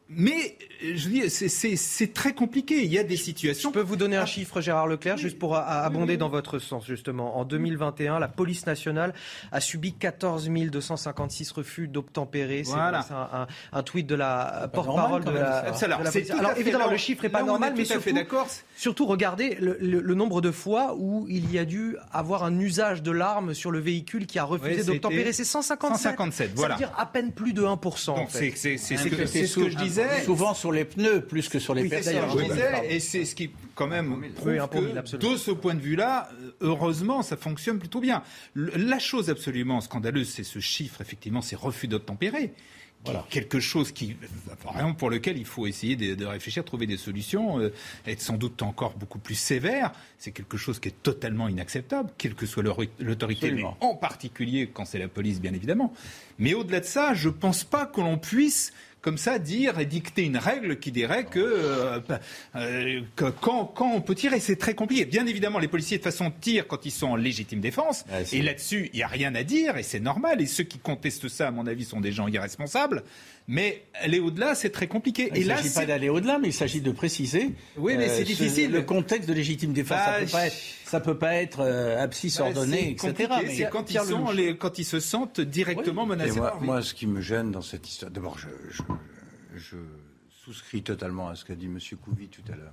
Mais, je dis, c'est très compliqué. Il y a des situations... Je peux vous donner un chiffre, Gérard Leclerc, juste pour abonder dans votre sens, justement. En 2021, la police nationale a subi 14 256 refus d'obtempérer. Voilà. C'est un tweet de la porte-parole de la police. Alors, évidemment, le chiffre n'est pas normal, mais surtout, regardez le nombre de fois où il y a dû avoir un usage de l'arme sur le véhicule qui a refusé d'obtempérer. C'est 157. Voilà. Ça veut dire à peine plus de 1%. Donc, en fait. c'est ce que je disais. Souvent sur les pneus, plus que sur les personnes. Et c'est ce qui, quand même, prouve que, de ce point de vue-là, heureusement, ça fonctionne plutôt bien. La chose absolument scandaleuse, c'est ce chiffre, effectivement, ces refus d'obtempérer. Voilà. Quelque chose vraiment pour lequel il faut essayer de réfléchir, trouver des solutions, être sans doute encore beaucoup plus sévère. C'est quelque chose qui est totalement inacceptable, quelle que soit l'autorité, mais en particulier quand c'est la police, bien évidemment. Mais au-delà de ça, je ne pense pas que l'on puisse comme ça dire et dicter une règle qui dirait que quand on peut tirer, c'est très compliqué. Bien évidemment, les policiers de toute façon tirent quand ils sont en légitime défense. Et là-dessus, il n'y a rien à dire et c'est normal. Et ceux qui contestent ça, à mon avis, sont des gens irresponsables. Mais aller au-delà, c'est très compliqué. Il ne s'agit pas d'aller au-delà, mais il s'agit de préciser. Oui, mais c'est difficile. Le contexte de légitime défense, ça peut pas être abscisse ordonnée, etc. Mais c'est quand ils se sentent directement menacés. Moi, ce qui me gêne dans cette histoire, d'abord, je souscris totalement à ce qu'a dit M. Couvi tout à l'heure.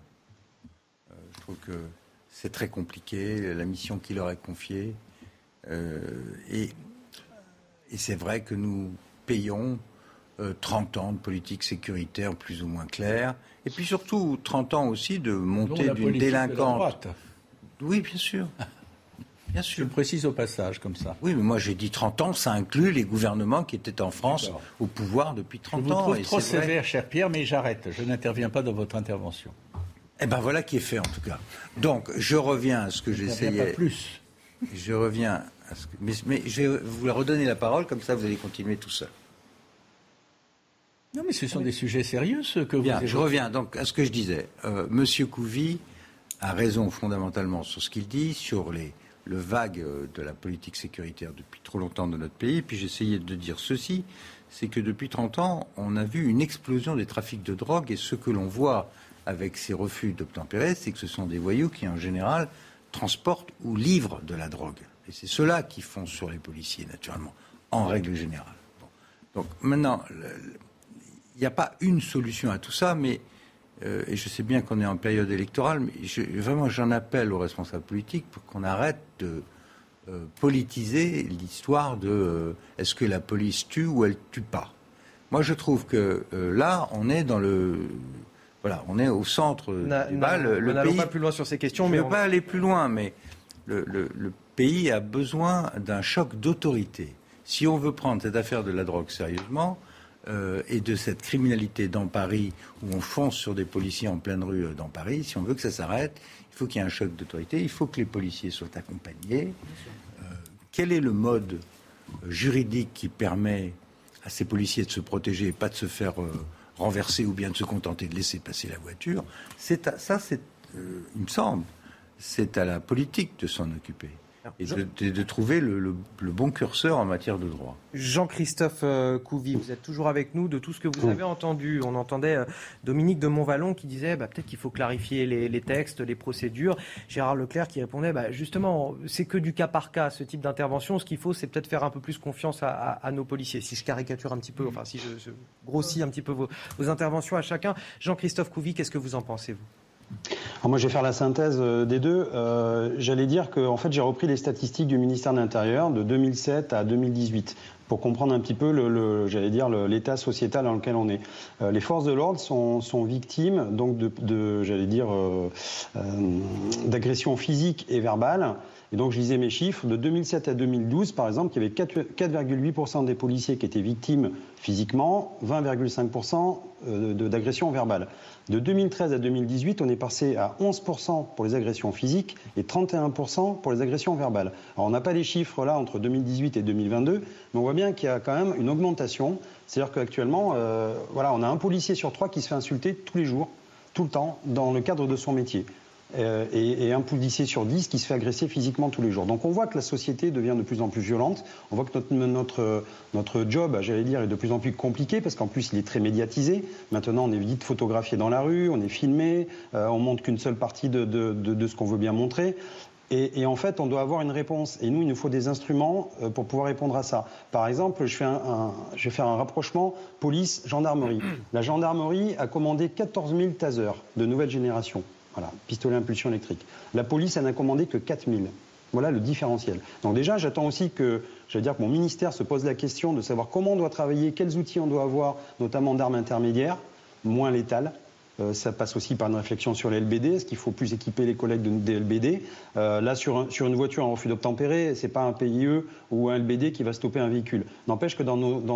Je trouve que c'est très compliqué, la mission qui leur est confiée. Et c'est vrai que nous payons 30 ans de politique sécuritaire plus ou moins claire, et puis surtout 30 ans aussi de montée d'une délinquante. Oui, bien sûr. Bien sûr. Je le précise au passage, comme ça. Oui, mais moi j'ai dit 30 ans, ça inclut les gouvernements qui étaient en France au pouvoir depuis 30 ans. Je vous trouve trop sévère, cher Pierre, mais j'arrête. Je n'interviens pas dans votre intervention. Eh bien voilà qui est fait en tout cas. Donc je reviens à ce que j'essayais. Pas plus. Je reviens à ce que... mais je vais vous redonner la parole, comme ça vous allez continuer tout seul. Non, mais ce sont des sujets sérieux, ceux que vous évoquez. Je reviens donc à ce que je disais. Monsieur Couvi a raison fondamentalement sur ce qu'il dit, sur le vague de la politique sécuritaire depuis trop longtemps dans notre pays. Puis j'essayais de dire ceci, c'est que depuis 30 ans, on a vu une explosion des trafics de drogue, et ce que l'on voit avec ces refus d'obtempérer, c'est que ce sont des voyous qui, en général, transportent ou livrent de la drogue. Et c'est ceux-là qui font sur les policiers, naturellement, en règle générale. Bon. Donc maintenant... Il n'y a pas une solution à tout ça, mais, et je sais bien qu'on est en période électorale, mais vraiment j'en appelle aux responsables politiques pour qu'on arrête de politiser l'histoire de est-ce que la police tue ou elle tue pas. Moi je trouve que là on est dans on est au centre du débat. N'allons pas plus loin sur ces questions. Je ne veux pas aller plus loin, mais le pays a besoin d'un choc d'autorité. Si on veut prendre cette affaire de la drogue sérieusement, et de cette criminalité dans Paris, où on fonce sur des policiers en pleine rue dans Paris, si on veut que ça s'arrête, il faut qu'il y ait un choc d'autorité, il faut que les policiers soient accompagnés. Quel est le mode juridique qui permet à ces policiers de se protéger et pas de se faire renverser ou bien de se contenter de laisser passer la voiture? Il me semble, c'est à la politique de s'en occuper. Et de trouver le bon curseur en matière de droit. Jean-Christophe Couvi, vous êtes toujours avec nous. De tout ce que vous avez entendu, on entendait Dominique de Montvalon qui disait peut-être qu'il faut clarifier les textes, les procédures. Gérard Leclerc qui répondait justement, c'est que du cas par cas, ce type d'intervention. Ce qu'il faut, c'est peut-être faire un peu plus confiance à nos policiers. Si je caricature un petit peu, si je grossis un petit peu vos interventions à chacun. Jean-Christophe Couvi, qu'est-ce que vous en pensez, vous ? Alors moi, je vais faire la synthèse des deux. J'allais dire que en fait, j'ai repris les statistiques du ministère de l'Intérieur de 2007 à 2018 pour comprendre un petit peu l'état sociétal dans lequel on est. Les forces de l'ordre sont victimes donc d'agressions physiques et verbales. Et donc, je lisais mes chiffres. De 2007 à 2012, par exemple, il y avait 4,8% des policiers qui étaient victimes physiquement, 20,5% d'agressions verbales. De 2013 à 2018, on est passé à 11% pour les agressions physiques et 31% pour les agressions verbales. Alors, on n'a pas les chiffres là entre 2018 et 2022, mais on voit bien qu'il y a quand même une augmentation. C'est-à-dire qu'actuellement, on a un policier sur 3 qui se fait insulter tous les jours, tout le temps, dans le cadre de son métier. et un policier sur 10 qui se fait agresser physiquement tous les jours. Donc on voit que la société devient de plus en plus violente, on voit que notre job, j'allais dire, est de plus en plus compliqué parce qu'en plus il est très médiatisé. Maintenant on est vite photographié dans la rue, on est filmé, on montre qu'une seule partie de ce qu'on veut bien montrer. Et en fait, on doit avoir une réponse. Et nous, il nous faut des instruments pour pouvoir répondre à ça. Par exemple, je vais faire un rapprochement police-gendarmerie. La gendarmerie a commandé 14 000 tasers de nouvelle génération. Voilà, pistolet à impulsion électrique. La police, elle n'a commandé que 4 000. Voilà le différentiel. Donc déjà, j'attends aussi que mon ministère se pose la question de savoir comment on doit travailler, quels outils on doit avoir, notamment d'armes intermédiaires, moins létales. Ça passe aussi par une réflexion sur les LBD. Est-ce qu'il faut plus équiper les collègues des LBD ? Là, sur une voiture en refus d'obtempérer, c'est pas un PIE ou un LBD qui va stopper un véhicule. N'empêche que dans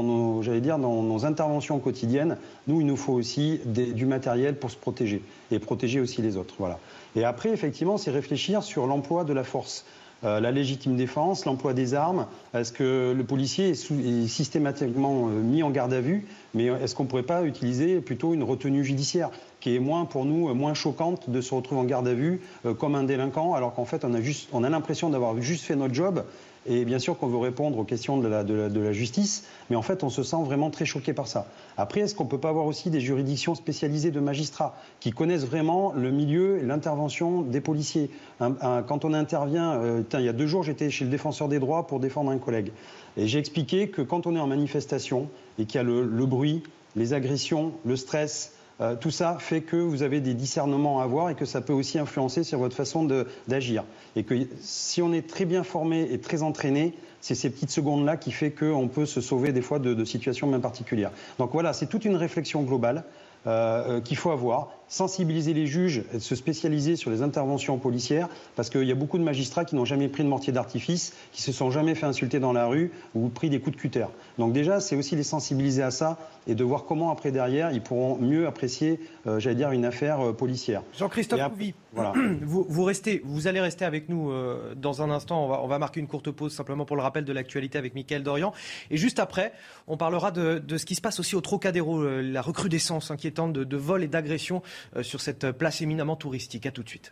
nos interventions quotidiennes, il nous faut aussi du matériel pour se protéger et protéger aussi les autres. Voilà. Et après, effectivement, c'est réfléchir sur l'emploi de la force. La légitime défense, l'emploi des armes. Est-ce que le policier est systématiquement mis en garde à vue, mais est-ce qu'on ne pourrait pas utiliser plutôt une retenue judiciaire qui est pour nous moins choquante de se retrouver en garde à vue comme un délinquant, alors qu'en fait on a l'impression d'avoir juste fait notre job. Et bien sûr qu'on veut répondre aux questions de la justice, mais en fait on se sent vraiment très choqué par ça. Après, est-ce qu'on ne peut pas avoir aussi des juridictions spécialisées de magistrats qui connaissent vraiment le milieu et l'intervention des policiers ? Quand on intervient, il y a 2 jours j'étais chez le défenseur des droits pour défendre un collègue. Et j'ai expliqué que quand on est en manifestation et qu'il y a le bruit, les agressions, le stress, tout ça fait que vous avez des discernements à avoir et que ça peut aussi influencer sur votre façon d'agir. Et que si on est très bien formé et très entraîné, c'est ces petites secondes-là qui fait qu'on peut se sauver des fois de situations bien particulières. Donc voilà, c'est toute une réflexion globale qu'il faut avoir, sensibiliser les juges, se spécialiser sur les interventions policières, parce qu'il y a beaucoup de magistrats qui n'ont jamais pris de mortier d'artifice, qui se sont jamais fait insulter dans la rue ou pris des coups de cutter. Donc déjà, c'est aussi les sensibiliser à ça et de voir comment après derrière, ils pourront mieux apprécier, une affaire policière. Jean-Christophe Couvi, voilà. vous allez rester avec nous dans un instant. On va marquer une courte pause simplement pour le rappel de l'actualité avec Mickaël Dorian. Et juste après, on parlera de ce qui se passe aussi au Trocadéro, la recrudescence inquiétante de vols et d'agressions sur cette place éminemment touristique. À tout de suite.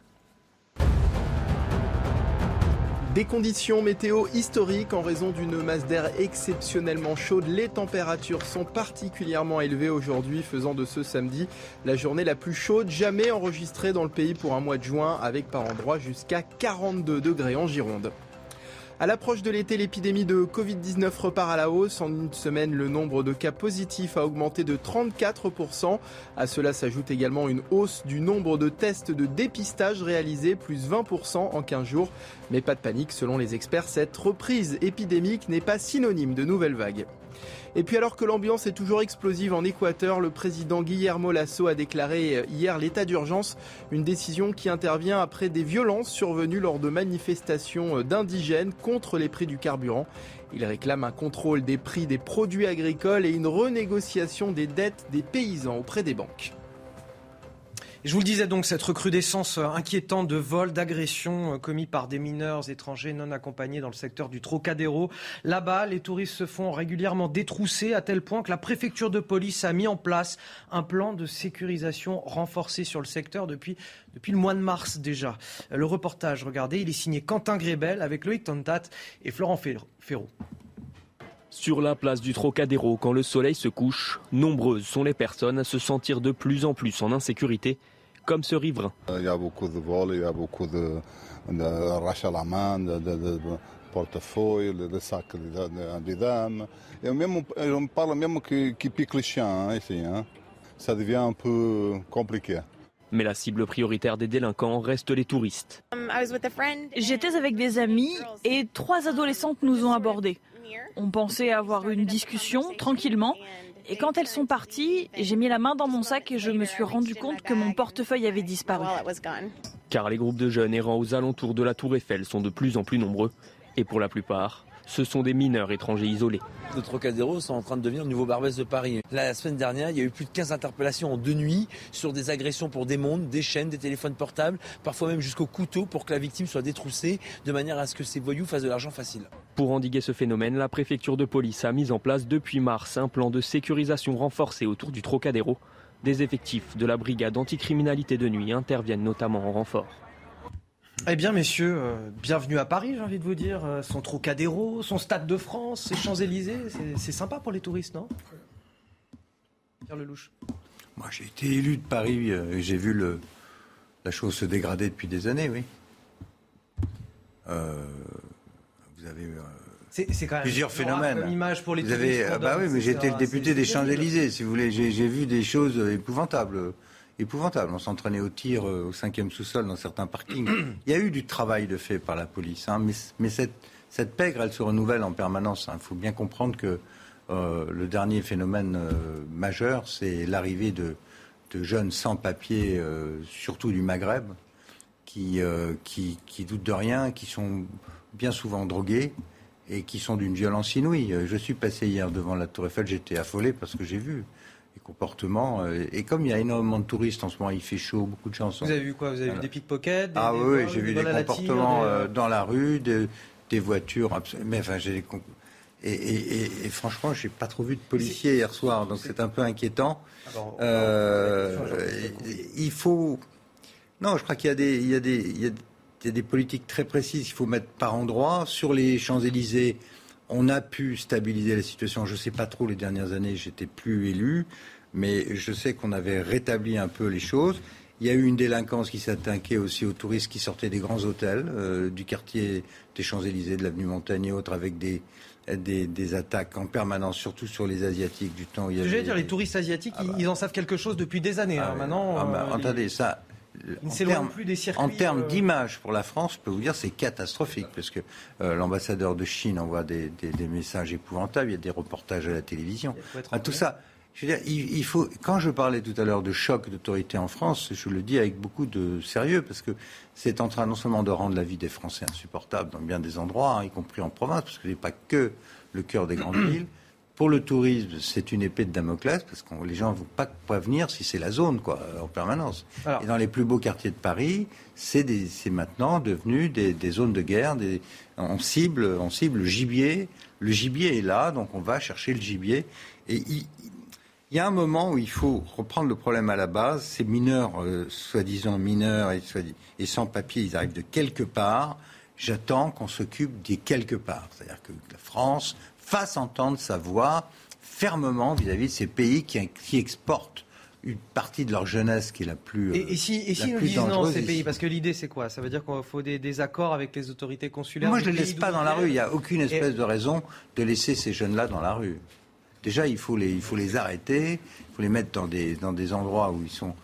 Des conditions météo historiques en raison d'une masse d'air exceptionnellement chaude. Les températures sont particulièrement élevées aujourd'hui, faisant de ce samedi la journée la plus chaude jamais enregistrée dans le pays pour un mois de juin, avec par endroits jusqu'à 42 degrés en Gironde. À l'approche de l'été, l'épidémie de Covid-19 repart à la hausse. En une semaine, le nombre de cas positifs a augmenté de 34%. À cela s'ajoute également une hausse du nombre de tests de dépistage réalisés, plus 20% en 15 jours. Mais pas de panique, selon les experts, cette reprise épidémique n'est pas synonyme de nouvelle vague. Et puis alors que l'ambiance est toujours explosive en Équateur, le président Guillermo Lasso a déclaré hier l'état d'urgence, une décision qui intervient après des violences survenues lors de manifestations d'indigènes contre les prix du carburant. Il réclame un contrôle des prix des produits agricoles et une renégociation des dettes des paysans auprès des banques. Je vous le disais donc, cette recrudescence inquiétante de vols, d'agressions commis par des mineurs étrangers non accompagnés dans le secteur du Trocadéro. Là-bas, les touristes se font régulièrement détrousser à tel point que la préfecture de police a mis en place un plan de sécurisation renforcé sur le secteur depuis le mois de mars déjà. Le reportage, regardez, il est signé Quentin Grébel avec Loïc Tontat et Florent Ferraud. Sur la place du Trocadéro, quand le soleil se couche, nombreuses sont les personnes à se sentir de plus en plus en insécurité, comme ce riverain. Il y a beaucoup de vols, il y a beaucoup de rachats à la main, de portefeuilles, de sacs des dames. Et même, on parle même qui piquent les chiens ici. Ça devient un peu compliqué. Mais la cible prioritaire des délinquants reste les touristes. J'étais avec des amis et 3 adolescentes nous ont abordés. On pensait avoir une discussion tranquillement et quand elles sont parties, j'ai mis la main dans mon sac et je me suis rendu compte que mon portefeuille avait disparu. Car les groupes de jeunes errant aux alentours de la Tour Eiffel sont de plus en plus nombreux et pour la plupart, ce sont des mineurs étrangers isolés. Le Trocadéro sont en train de devenir le nouveau Barbès de Paris. La semaine dernière, il y a eu plus de 15 interpellations en 2 nuits sur des agressions pour des montres, des chaînes, des téléphones portables, parfois même jusqu'au couteau pour que la victime soit détroussée de manière à ce que ces voyous fassent de l'argent facile. Pour endiguer ce phénomène, la préfecture de police a mis en place depuis mars un plan de sécurisation renforcé autour du Trocadéro. Des effectifs de la brigade anticriminalité de nuit interviennent notamment en renfort. Eh bien, messieurs, bienvenue à Paris, j'ai envie de vous dire. Son Trocadéro, son Stade de France, ses Champs-Élysées, c'est sympa pour les touristes, non ? Pierre Lelouch. Moi, j'ai été élu de Paris, j'ai vu la chose se dégrader depuis des années, oui. Vous avez c'est quand même plusieurs phénomènes. Comme image pour les touristes. Oui, mais j'étais le député des Champs-Élysées, si vous voulez. J'ai vu des choses épouvantables. On s'entraînait au tir au 5e sous-sol dans certains parkings. Il y a eu du travail de fait par la police, hein, mais cette pègre, elle se renouvelle en permanence. Il faut bien comprendre que le dernier phénomène majeur, c'est l'arrivée de jeunes sans-papiers, surtout du Maghreb, qui doutent de rien, qui sont bien souvent drogués et qui sont d'une violence inouïe. Je suis passé hier devant la Tour Eiffel, j'étais affolé parce que j'ai vu les comportements. Et comme il y a énormément de touristes en ce moment, il fait chaud, beaucoup de chansons. Vous avez vu quoi ? Vous avez vu des pickpockets ? Oui, j'ai vu des comportements dans la rue, des voitures. Mais enfin, et franchement, j'ai pas trop vu de policiers hier soir, donc c'est un peu inquiétant. Il faut. Non, je crois qu'il y a des politiques très précises qu'il faut mettre par endroit. Sur les Champs-Élysées, on a pu stabiliser la situation. Je ne sais pas trop, les dernières années, j'étais plus élu, mais je sais qu'on avait rétabli un peu les choses. Il y a eu une délinquance qui s'attaquait aussi aux touristes qui sortaient des grands hôtels, du quartier des Champs-Élysées, de l'avenue Montaigne et autres, avec des attaques en permanence, surtout sur les Asiatiques du temps. J'allais dire, les touristes asiatiques, ils en savent quelque chose depuis des années. Maintenant, attendez, ça... En termes d'image pour la France, je peux vous dire c'est catastrophique parce que l'ambassadeur de Chine envoie des messages épouvantables, il y a des reportages à la télévision. Tout ça, je veux dire, il faut. Quand je parlais tout à l'heure de choc d'autorité en France, je le dis avec beaucoup de sérieux parce que c'est en train non seulement de rendre la vie des Français insupportable dans bien des endroits, hein, y compris en province, parce que ce n'est pas que le cœur des grandes villes. Pour le tourisme, c'est une épée de Damoclès, parce que les gens ne vont pas venir si c'est la zone, en permanence. Et dans les plus beaux quartiers de Paris, c'est maintenant devenu des zones de guerre. On cible le gibier. Le gibier est là, donc on va chercher le gibier. Et il y a un moment où il faut reprendre le problème à la base. Ces mineurs, soi-disant mineurs et sans papier, ils arrivent de quelque part. J'attends qu'on s'occupe des quelque part. C'est-à-dire que la France fasse entendre sa voix fermement vis-à-vis de ces pays qui exportent une partie de leur jeunesse qui est la plus Et si nous disent non, ces pays, parce que l'idée c'est quoi ? Ça veut dire qu'il faut des accords avec les autorités consulaires. Moi je ne les laisse pas dans la rue, il n'y a aucune espèce de raison de laisser ces jeunes-là dans la rue. Déjà il faut les arrêter, il faut les mettre dans des endroits où ils sont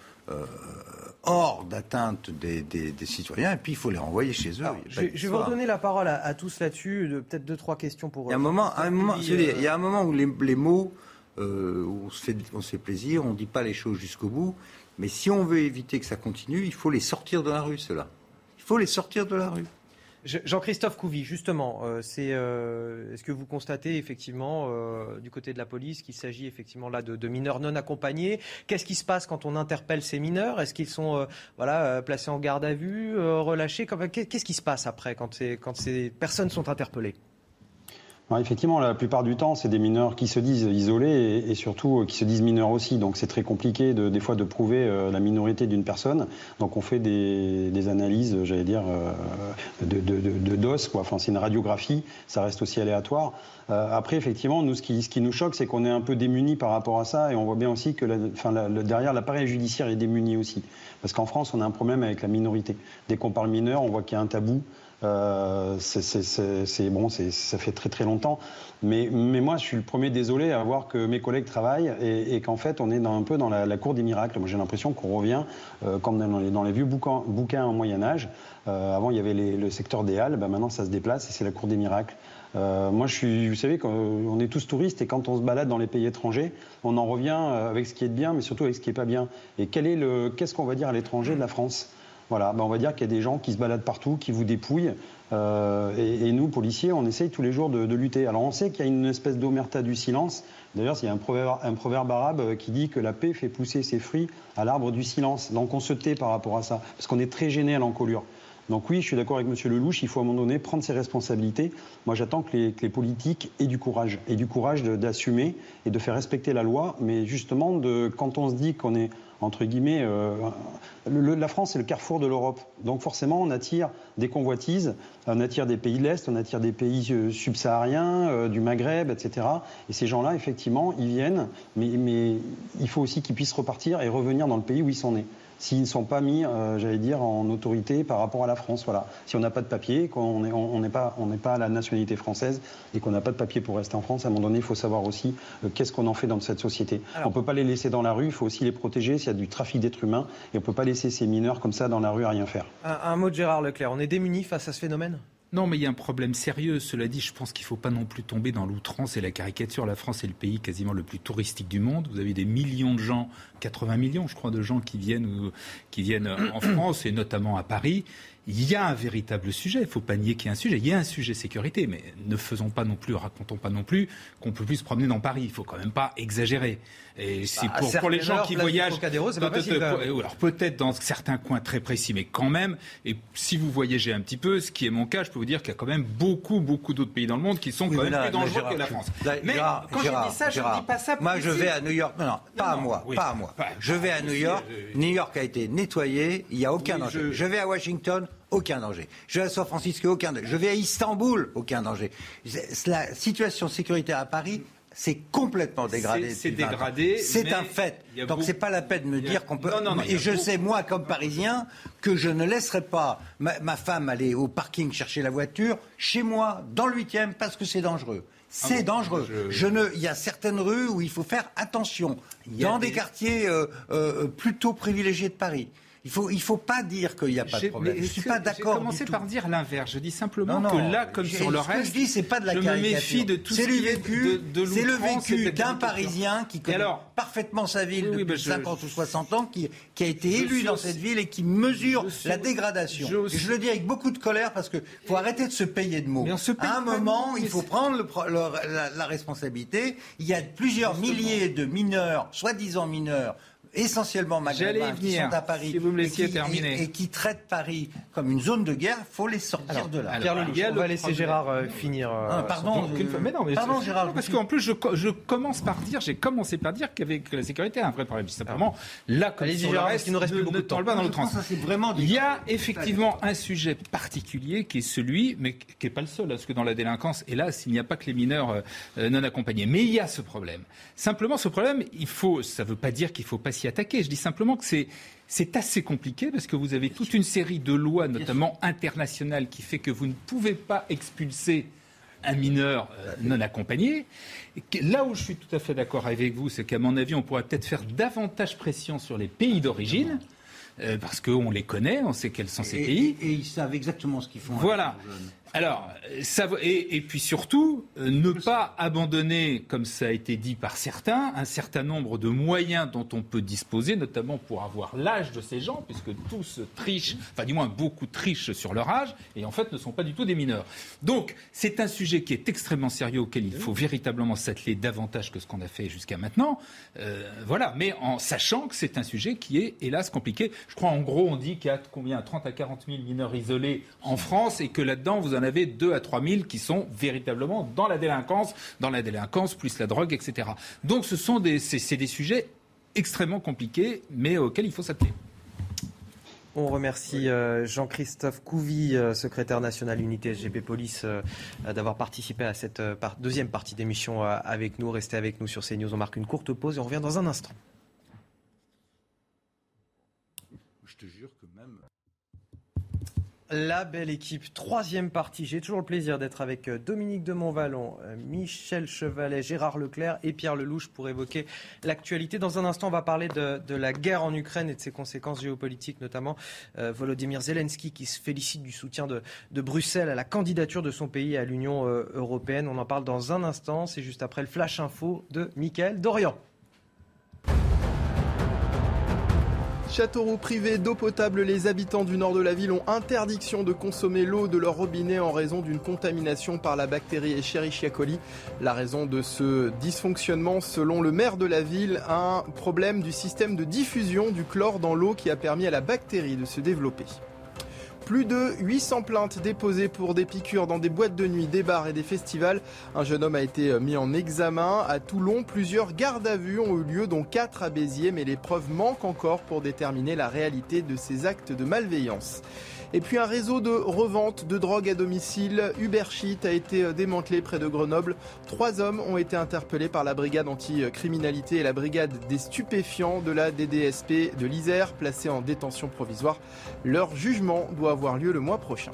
hors d'atteinte des citoyens, et puis il faut les renvoyer chez eux. Alors, je vais vous redonner la parole à tous là-dessus, peut-être 2-3 questions pour... Il y a un moment où les mots, où on se fait plaisir, on ne dit pas les choses jusqu'au bout, mais si on veut éviter que ça continue, il faut les sortir de la rue, ceux-là. Il faut les sortir de la rue. Jean-Christophe Couvi, justement, est-ce que vous constatez effectivement du côté de la police qu'il s'agit effectivement là de mineurs non accompagnés ? Qu'est-ce qui se passe quand on interpelle ces mineurs ? Est-ce qu'ils sont placés en garde à vue, relâchés ? Qu'est-ce qui se passe après quand ces personnes sont interpellées ? Alors effectivement, la plupart du temps, c'est des mineurs qui se disent isolés et surtout qui se disent mineurs aussi. Donc c'est très compliqué des fois de prouver la minorité d'une personne. Donc on fait des analyses, j'allais dire, de DOS, quoi. Enfin, c'est une radiographie, ça reste aussi aléatoire. Après, effectivement, nous, ce qui nous choque, c'est qu'on est un peu démunis par rapport à ça, et on voit bien aussi que derrière, l'appareil judiciaire est démuni aussi. Parce qu'en France, on a un problème avec la minorité. Dès qu'on parle mineur, on voit qu'il y a un tabou. Ça fait très très longtemps, mais moi je suis le premier désolé à voir que mes collègues travaillent et qu'en fait on est un peu dans la cour des miracles. Moi j'ai l'impression qu'on revient comme dans les vieux bouquins au Moyen-Âge. Avant il y avait le secteur des Halles, maintenant ça se déplace et c'est la cour des miracles. Moi vous savez, on est tous touristes et quand on se balade dans les pays étrangers, on en revient avec ce qui est bien mais surtout avec ce qui est pas bien. Et qu'est-ce qu'on va dire à l'étranger de la France ? Voilà, on va dire qu'il y a des gens qui se baladent partout, qui vous dépouillent. Et nous, policiers, on essaye tous les jours de lutter. Alors on sait qu'il y a une espèce d'omerta du silence. D'ailleurs, il y a un proverbe arabe qui dit que la paix fait pousser ses fruits à l'arbre du silence. Donc on se tait par rapport à ça, parce qu'on est très gêné à l'encolure. Donc oui, je suis d'accord avec M. Lelouch, il faut à un moment donné prendre ses responsabilités. Moi, j'attends que les politiques aient du courage d'assumer et de faire respecter la loi. Mais justement, quand on se dit qu'on est entre guillemets, la France est le carrefour de l'Europe. Donc forcément, on attire des convoitises, on attire des pays de l'Est, on attire des pays subsahariens, du Maghreb, etc. Et ces gens-là, effectivement, ils viennent, mais il faut aussi qu'ils puissent repartir et revenir dans le pays où ils sont nés. S'ils ne sont pas mis, en autorité par rapport à la France, voilà. Si on n'a pas de papier, qu'on n'est pas à la nationalité française et qu'on n'a pas de papier pour rester en France, à un moment donné, il faut savoir aussi qu'est-ce qu'on en fait dans cette société. Alors, on ne peut pas les laisser dans la rue, il faut aussi les protéger s'il y a du trafic d'êtres humains et on ne peut pas laisser ces mineurs comme ça dans la rue à rien faire. Un mot de Gérard Leclerc, on est démunis face à ce phénomène ? Non, mais il y a un problème sérieux. Cela dit, je pense qu'il ne faut pas non plus tomber dans l'outrance et la caricature. La France est le pays quasiment le plus touristique du monde. Vous avez des millions de gens, 80 millions, je crois, de gens qui viennent en France et notamment à Paris. Il y a un véritable sujet. Il ne faut pas nier qu'il y a un sujet. Il y a un sujet sécurité, mais ne faisons pas non plus, racontons pas non plus qu'on peut plus se promener dans Paris. Il ne faut quand même pas exagérer. Et c'est pour les gens qui voyagent, alors peut-être dans certains coins très précis, mais quand même. Et si vous voyagez un petit peu, ce qui est mon cas, je peux vous dire qu'il y a quand même beaucoup d'autres pays dans le monde qui sont quand même plus dangereux que la France. Mais quand je dis ça, je ne dis pas ça. Moi, je vais à New York. Non, pas à moi. Je vais à New York. New York a été nettoyé. Il n'y a aucun danger. Je vais à Washington. Aucun danger. Je vais à San Francisco, aucun danger. Je vais à Istanbul, aucun danger. La situation sécuritaire à Paris, c'est complètement dégradé. C'est dégradé. C'est un fait. Donc c'est pas la peine de me dire qu'on peut. Et je sais, moi, comme Parisien, que je ne laisserai pas ma femme aller au parking chercher la voiture chez moi, dans le 8e, parce que c'est dangereux. C'est dangereux. Il y a certaines rues où il faut faire attention. Dans des quartiers plutôt privilégiés de Paris. Il faut pas dire qu'il n'y a pas de problème. Je suis pas d'accord. J'ai commencé par dire l'inverse. Je dis simplement que là, comme sur le reste, je dis, c'est pas de la je me méfie de tout ce qui est de c'est le vécu d'un Parisien qui connaît parfaitement sa ville depuis 50 ou 60 ans, qui a été élu dans cette ville et qui mesure la dégradation. Je le dis avec beaucoup de colère parce qu'il faut arrêter de se payer de mots. À un moment, il faut prendre la responsabilité. Il y a plusieurs milliers de mineurs, soi-disant mineurs, essentiellement maghrébins qui sont à Paris, si vous me laissiez terminer, et qui traitent Paris comme une zone de guerre, il faut les sortir de là. Pierre Lelouch, on va laisser Gérard finir. Pardon, Gérard. Parce qu'en plus, j'ai commencé par dire qu'avec la sécurité, un vrai problème. Simplement, là, comme sur le reste, il nous reste plus beaucoup de temps. Il y a effectivement un sujet particulier qui est celui, mais qui n'est pas le seul, parce que dans la délinquance, hélas, il n'y a pas que les mineurs non accompagnés. Mais il y a ce problème. Simplement, ce problème, ça ne veut pas dire qu'il ne faut pas s'y attaquer. Je dis simplement que c'est assez compliqué parce que vous avez toute une série de lois, notamment internationales, qui fait que vous ne pouvez pas expulser un mineur non accompagné. Là où je suis tout à fait d'accord avec vous, c'est qu'à mon avis, on pourrait peut-être faire davantage pression sur les pays d'origine. Parce qu'on les connaît, on sait quels sont ces pays. Et ils savent exactement ce qu'ils font. Voilà. Alors, et puis surtout, ne pas abandonner, comme ça a été dit par certains, un certain nombre de moyens dont on peut disposer, notamment pour avoir l'âge de ces gens, puisque tous trichent, enfin du moins beaucoup trichent sur leur âge, et en fait ne sont pas du tout des mineurs. Donc, c'est un sujet qui est extrêmement sérieux, auquel il faut véritablement s'atteler davantage que ce qu'on a fait jusqu'à maintenant. Voilà, mais en sachant que c'est un sujet qui est, hélas, compliqué. Je crois, en gros, on dit qu'il y a 30 à 40 000 mineurs isolés en France, et que là-dedans, vous en avez 2 à 3 000 qui sont véritablement dans la délinquance plus la drogue, etc. Donc c'est des sujets extrêmement compliqués, mais auxquels il faut s'atteler. On remercie Jean-Christophe Couvi, secrétaire national unité SGP Police, d'avoir participé à cette deuxième partie d'émission avec nous. Restez avec nous sur CNews. On marque une courte pause et on revient dans un instant. Je te jure que même... La belle équipe, troisième partie. J'ai toujours le plaisir d'être avec Dominique de Montvalon, Michel Chevalet, Gérard Leclerc et Pierre Lelouch pour évoquer l'actualité. Dans un instant, on va parler de la guerre en Ukraine et de ses conséquences géopolitiques, notamment Volodymyr Zelensky qui se félicite du soutien de Bruxelles à la candidature de son pays à l'Union européenne. On en parle dans un instant. C'est juste après le Flash Info de Mickaël Dorian. Châteauroux privé d'eau potable, les habitants du nord de la ville ont interdiction de consommer l'eau de leur robinet en raison d'une contamination par la bactérie Escherichia coli. La raison de ce dysfonctionnement, selon le maire de la ville, un problème du système de diffusion du chlore dans l'eau qui a permis à la bactérie de se développer. Plus de 800 plaintes déposées pour des piqûres dans des boîtes de nuit, des bars et des festivals. Un jeune homme a été mis en examen. À Toulon, plusieurs gardes à vue ont eu lieu, dont 4 à Béziers, mais les preuves manquent encore pour déterminer la réalité de ces actes de malveillance. Et puis un réseau de revente de drogue à domicile, Ubershit, a été démantelé près de Grenoble. 3 hommes ont été interpellés par la brigade anti-criminalité et la brigade des stupéfiants de la DDSP de l'Isère, placés en détention provisoire. Leur jugement doit avoir lieu le mois prochain.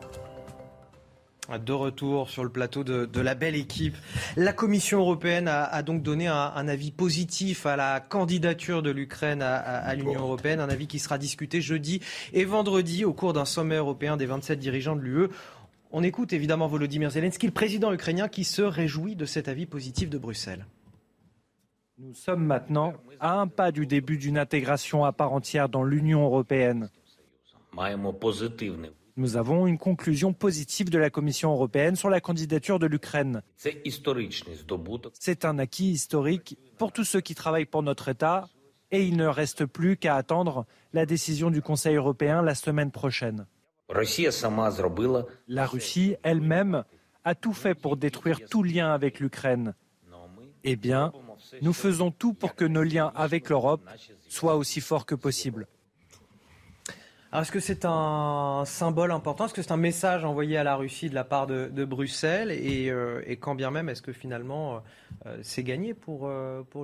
De retour sur le plateau de la belle équipe. La Commission européenne a donc donné un avis positif à la candidature de l'Ukraine à l'Union européenne, un avis qui sera discuté jeudi et vendredi au cours d'un sommet européen des 27 dirigeants de l'UE. On écoute évidemment Volodymyr Zelensky, le président ukrainien, qui se réjouit de cet avis positif de Bruxelles. Nous sommes maintenant à un pas du début d'une intégration à part entière dans l'Union européenne. Nous avons une conclusion positive de la Commission européenne sur la candidature de l'Ukraine. C'est un acquis historique pour tous ceux qui travaillent pour notre État et il ne reste plus qu'à attendre la décision du Conseil européen la semaine prochaine. La Russie elle-même a tout fait pour détruire tout lien avec l'Ukraine. Eh bien, nous faisons tout pour que nos liens avec l'Europe soient aussi forts que possible. Alors, est-ce que c'est un symbole important ? Est-ce que c'est un message envoyé à la Russie de la part de Bruxelles ? Et quand bien même, est-ce que finalement c'est gagné pour l'Ukraine ?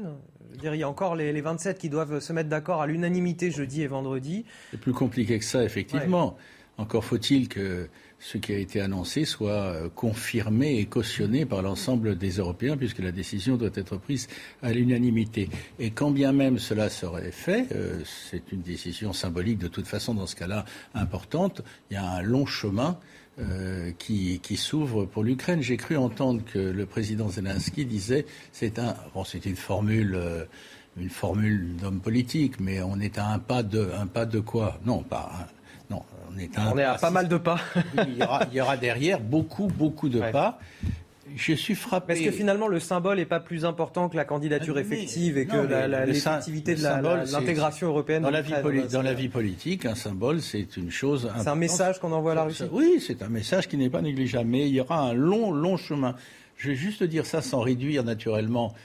Je veux dire, il y a encore les 27 qui doivent se mettre d'accord à l'unanimité jeudi et vendredi. C'est plus compliqué que ça, effectivement. Ouais. Encore faut-il que ce qui a été annoncé soit confirmé et cautionné par l'ensemble des Européens, puisque la décision doit être prise à l'unanimité. Et quand bien même cela serait fait, c'est une décision symbolique de toute façon dans ce cas-là importante, il y a un long chemin qui s'ouvre pour l'Ukraine. J'ai cru entendre que le président Zelensky disait c'est une formule d'homme politique, mais on est à un pas de quoi ? Non, pas un. Non, on est à pas mal de pas. Il y aura derrière beaucoup de pas. Je suis frappé. Est-ce que finalement le symbole n'est pas plus important que la candidature effective et que l'effectivité de l'intégration européenne dans la vie politique, un symbole, c'est une chose importante. C'est un message qu'on envoie à la Russie. Oui, c'est un message qui n'est pas négligeable, mais il y aura un long chemin. Je vais juste dire ça sans réduire naturellement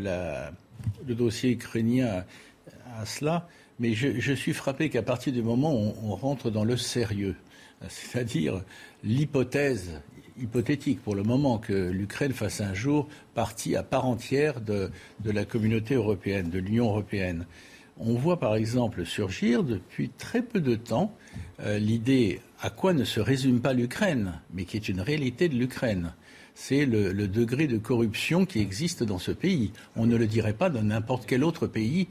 le dossier ukrainien à cela. Mais je suis frappé qu'à partir du moment où on rentre dans le sérieux, c'est-à-dire l'hypothèse hypothétique pour le moment que l'Ukraine fasse un jour partie à part entière de la communauté européenne, de l'Union européenne, on voit par exemple surgir depuis très peu de temps l'idée à quoi ne se résume pas l'Ukraine, mais qui est une réalité de l'Ukraine. C'est le degré de corruption qui existe dans ce pays. On ne le dirait pas de n'importe quel autre pays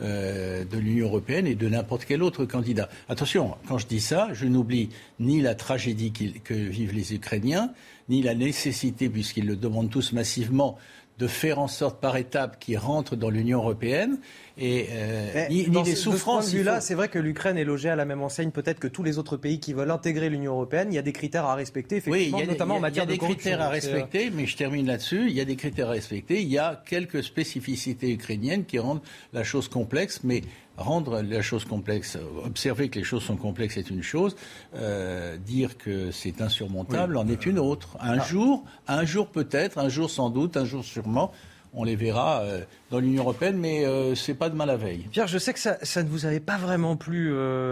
de l'Union européenne et de n'importe quel autre candidat. Attention, quand je dis ça, je n'oublie ni la tragédie que vivent les Ukrainiens, ni la nécessité, puisqu'ils le demandent tous massivement, de faire en sorte par étapes qu'ils rentrent dans l'Union européenne et ni les souffrances. De ce point de vue-là, c'est vrai que l'Ukraine est logée à la même enseigne peut-être que tous les autres pays qui veulent intégrer l'Union européenne. Il y a des critères à respecter, effectivement, notamment en matière de corruption. Il y a des critères à respecter, mais je termine là-dessus. Il y a des critères à respecter. Il y a quelques spécificités ukrainiennes qui rendent la chose complexe, mais rendre la chose complexe, observer que les choses sont complexes est une chose, dire que c'est insurmontable en est une autre. Un jour peut-être, un jour sans doute, un jour sûrement, on les verra dans l'Union européenne, mais c'est pas demain la veille. Pierre, je sais que ça ne vous avait pas vraiment plu,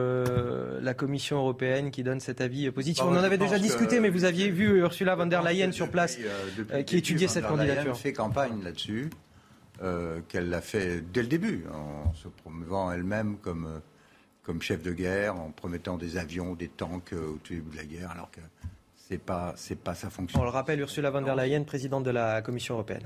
la Commission européenne qui donne cet avis positif. On en avait déjà discuté, mais vous aviez vu Ursula von der Leyen sur place qui étudiait cette candidature. Elle fait campagne là-dessus. Qu'elle l'a fait dès le début, en se promouvant elle-même comme chef de guerre, en promettant des avions, des tanks au tout début de la guerre, alors que c'est pas sa fonction. On le rappelle, Ursula von der Leyen, présidente de la Commission européenne.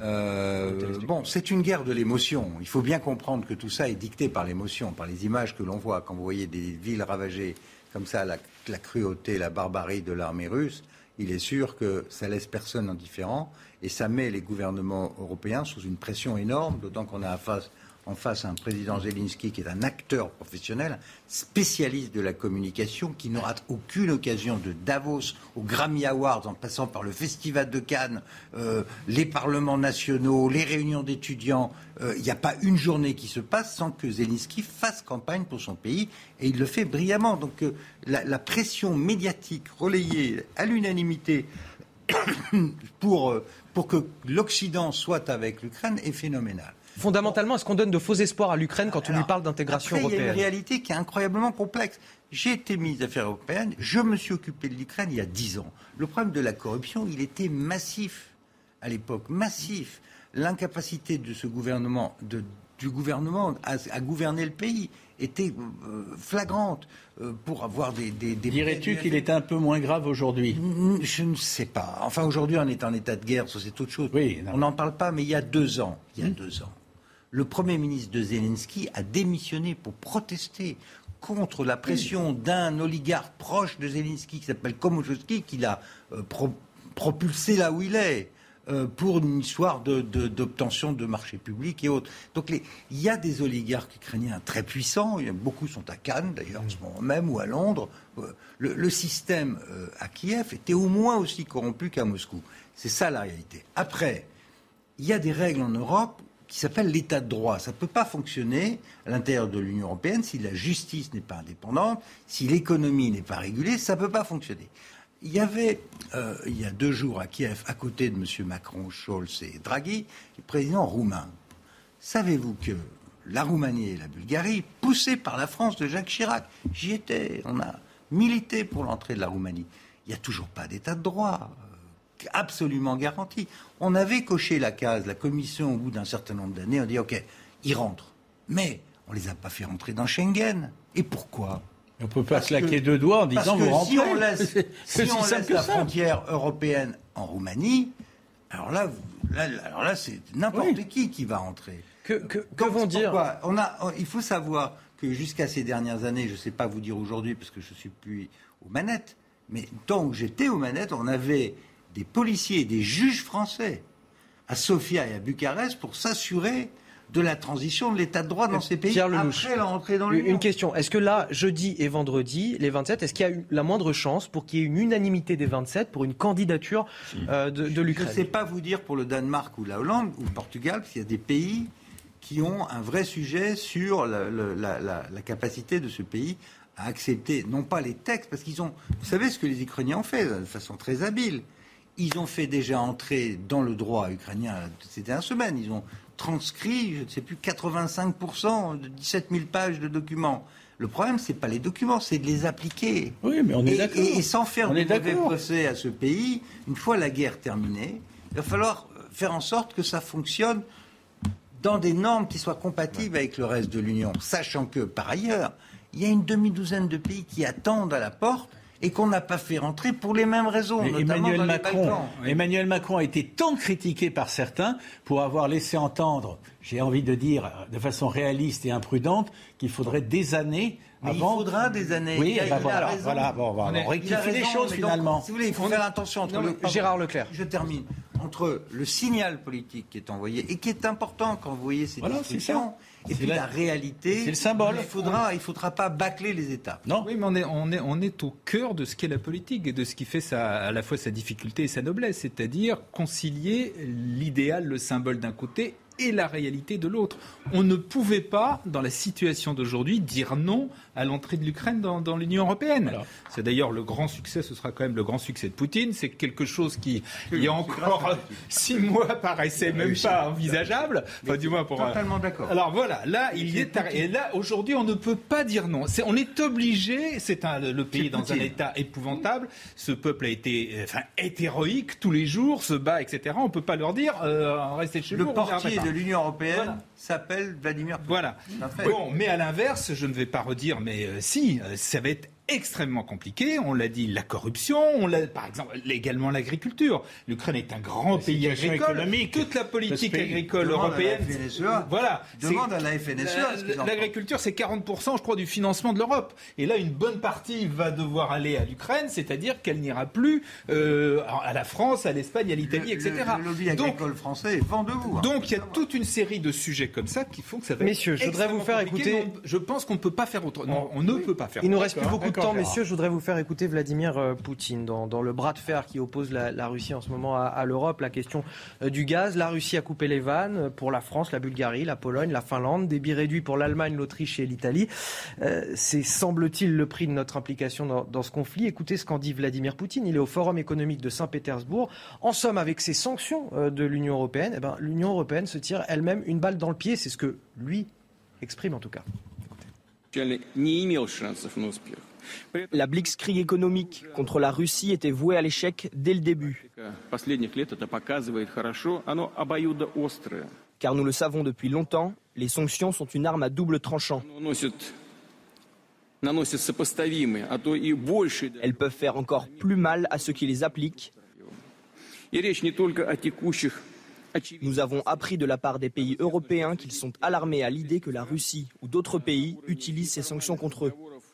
C'est une guerre de l'émotion. Il faut bien comprendre que tout ça est dicté par l'émotion, par les images que l'on voit. Quand vous voyez des villes ravagées comme ça, la cruauté, la barbarie de l'armée russe, il est sûr que ça laisse personne indifférent et ça met les gouvernements européens sous une pression énorme, d'autant qu'on a en face à un président Zelensky qui est un acteur professionnel, spécialiste de la communication, qui ne rate aucune occasion de Davos aux Grammy Awards, en passant par le Festival de Cannes, les parlements nationaux, les réunions d'étudiants. Il n'y a pas une journée qui se passe sans que Zelensky fasse campagne pour son pays, et il le fait brillamment. Donc la pression médiatique relayée à l'unanimité pour que l'Occident soit avec l'Ukraine est phénoménale. Fondamentalement, est-ce qu'on donne de faux espoirs à l'Ukraine quand on lui parle d'intégration européenne ? Il y a une réalité qui est incroyablement complexe. J'ai été ministre des Affaires européennes, je me suis occupé de l'Ukraine il y a 10 ans. Le problème de la corruption, il était massif à l'époque, massif. L'incapacité de ce gouvernement, du gouvernement à gouverner le pays était flagrante pour avoir des... Dirais-tu qu'il est un peu moins grave aujourd'hui ? Je ne sais pas. Enfin, aujourd'hui, on est en état de guerre, ça c'est autre chose. Oui, on n'en parle pas, mais il y a 2 ans, le Premier ministre de Zelensky a démissionné pour protester contre la pression d'un oligarque proche de Zelensky qui s'appelle Komojowski, qui l'a propulsé là où il est. Pour une histoire d'obtention de marchés publics et autres. Donc il y a des oligarques ukrainiens très puissants, beaucoup sont à Cannes d'ailleurs en ce moment même, ou à Londres. Le système à Kiev était au moins aussi corrompu qu'à Moscou. C'est ça la réalité. Après, il y a des règles en Europe qui s'appellent l'état de droit. Ça ne peut pas fonctionner à l'intérieur de l'Union européenne si la justice n'est pas indépendante, si l'économie n'est pas régulée, ça ne peut pas fonctionner. Il y avait, il y a 2 jours à Kiev, à côté de M. Macron, Scholz et Draghi, le président roumain. Savez-vous que la Roumanie et la Bulgarie, poussées par la France de Jacques Chirac, j'y étais, on a milité pour l'entrée de la Roumanie. Il n'y a toujours pas d'état de droit absolument garanti. On avait coché la case, la commission, au bout d'un certain nombre d'années, on dit OK, ils rentrent. Mais on ne les a pas fait rentrer dans Schengen. Et pourquoi ? On ne peut pas claquer 2 doigts en disant vous rentrez. Si on laisse la frontière européenne en Roumanie, alors là c'est n'importe qui va entrer. Que vont dire Il faut savoir que jusqu'à ces dernières années, je ne sais pas vous dire aujourd'hui parce que je ne suis plus aux manettes, mais tant que j'étais aux manettes, on avait des policiers et des juges français à Sofia et à Bucarest pour s'assurer de la transition de l'état de droit dans ces pays Pierre après la rentrée dans l'Union. Une question, est-ce que là, jeudi et vendredi, les 27, est-ce qu'il y a eu la moindre chance pour qu'il y ait une unanimité des 27 pour une candidature de l'Ukraine ? Je ne sais pas vous dire pour le Danemark ou la Hollande ou le Portugal, parce qu'il y a des pays qui ont un vrai sujet sur la capacité de ce pays à accepter, non pas les textes, parce qu'ils ont... Vous savez ce que les Ukrainiens ont fait de façon très habile. Ils ont fait déjà entrer dans le droit ukrainien ces dernières semaines, ils ont transcrit, je ne sais plus, 85% de 17 000 pages de documents. Le problème, ce n'est pas les documents, c'est de les appliquer. Oui, mais on est d'accord. Et sans faire de mauvais procès à ce pays, une fois la guerre terminée, il va falloir faire en sorte que ça fonctionne dans des normes qui soient compatibles avec le reste de l'Union. Sachant que, par ailleurs, il y a une demi-douzaine de pays qui attendent à la porte et qu'on n'a pas fait rentrer pour les mêmes raisons, notamment dans les Balkans. Emmanuel Macron a été tant critiqué par certains pour avoir laissé entendre, j'ai envie de dire, de façon réaliste et imprudente, qu'il faudrait des années Mais avant... il faudra des années. Oui, on rectifie les choses finalement. Donc, si vous voulez, il faut faire attention entre Gérard Leclerc. Je termine. Entre le signal politique qui est envoyé et qui est important quand vous voyez ces discussions, et puis la réalité, c'est le symbole. Il faudra pas bâcler les étapes. Non. Oui, mais on est au cœur de ce qu'est la politique et de ce qui fait à la fois sa difficulté et sa noblesse, c'est-à-dire concilier l'idéal, le symbole d'un côté et la réalité de l'autre. On ne pouvait pas, dans la situation d'aujourd'hui, dire non à l'entrée de l'Ukraine dans l'Union européenne. Voilà. C'est d'ailleurs le grand succès, ce sera quand même le grand succès de Poutine. C'est quelque chose qui, il y a encore 6 mois, paraissait même pas envisageable. Enfin, du moins pour... Totalement d'accord. Alors voilà, là, il y est... Et là, aujourd'hui, on ne peut pas dire non. On est obligé, le pays est dans un état épouvantable. Ce peuple a été héroïque tous les jours, se bat, etc. On ne peut pas leur dire, restez chez vous. Le portier de l'Union européenne s'appelle Vladimir Poutine. Voilà. Bon, mais à l'inverse, je ne vais pas redire, mais si, ça va être extrêmement compliquées. On l'a dit, la corruption, par exemple également l'agriculture. L'Ukraine est un grand pays agricole. Toute la politique agricole européenne. Demande à la FNSEA. L'agriculture, c'est 40%, je crois, du financement de l'Europe. Et là, une bonne partie va devoir aller à l'Ukraine, c'est-à-dire qu'elle n'ira plus à la France, à l'Espagne, à l'Italie, etc. Le lobby agricole français est vent debout. Donc, il y a toute une série de sujets comme ça qui font que ça va Messieurs, être je voudrais vous faire compliqué. écouter. Je pense qu'on ne peut pas faire autrement. Non, on ne peut pas faire. Il nous reste plus beaucoup de temps, messieurs. Je voudrais vous faire écouter Vladimir Poutine dans le bras de fer qui oppose la Russie en ce moment à l'Europe. La question du gaz. La Russie a coupé les vannes pour la France, la Bulgarie, la Pologne, la Finlande. Débit réduit pour l'Allemagne, l'Autriche et l'Italie. C'est, semble-t-il, le prix de notre implication dans ce conflit. Écoutez ce qu'en dit Vladimir Poutine. Il est au Forum économique de Saint-Pétersbourg. En somme, avec ces sanctions de l'Union européenne, l'Union européenne se tire elle-même une balle dans le pied. C'est ce que lui exprime en tout cas. La blitzkrieg économique contre la Russie était vouée à l'échec dès le début. Car nous le savons depuis longtemps, les sanctions sont une arme à double tranchant. Elles peuvent faire encore plus mal à ceux qui les appliquent. Nous avons appris de la part des pays européens qu'ils sont alarmés à l'idée que la Russie ou d'autres pays utilisent ces sanctions contre eux.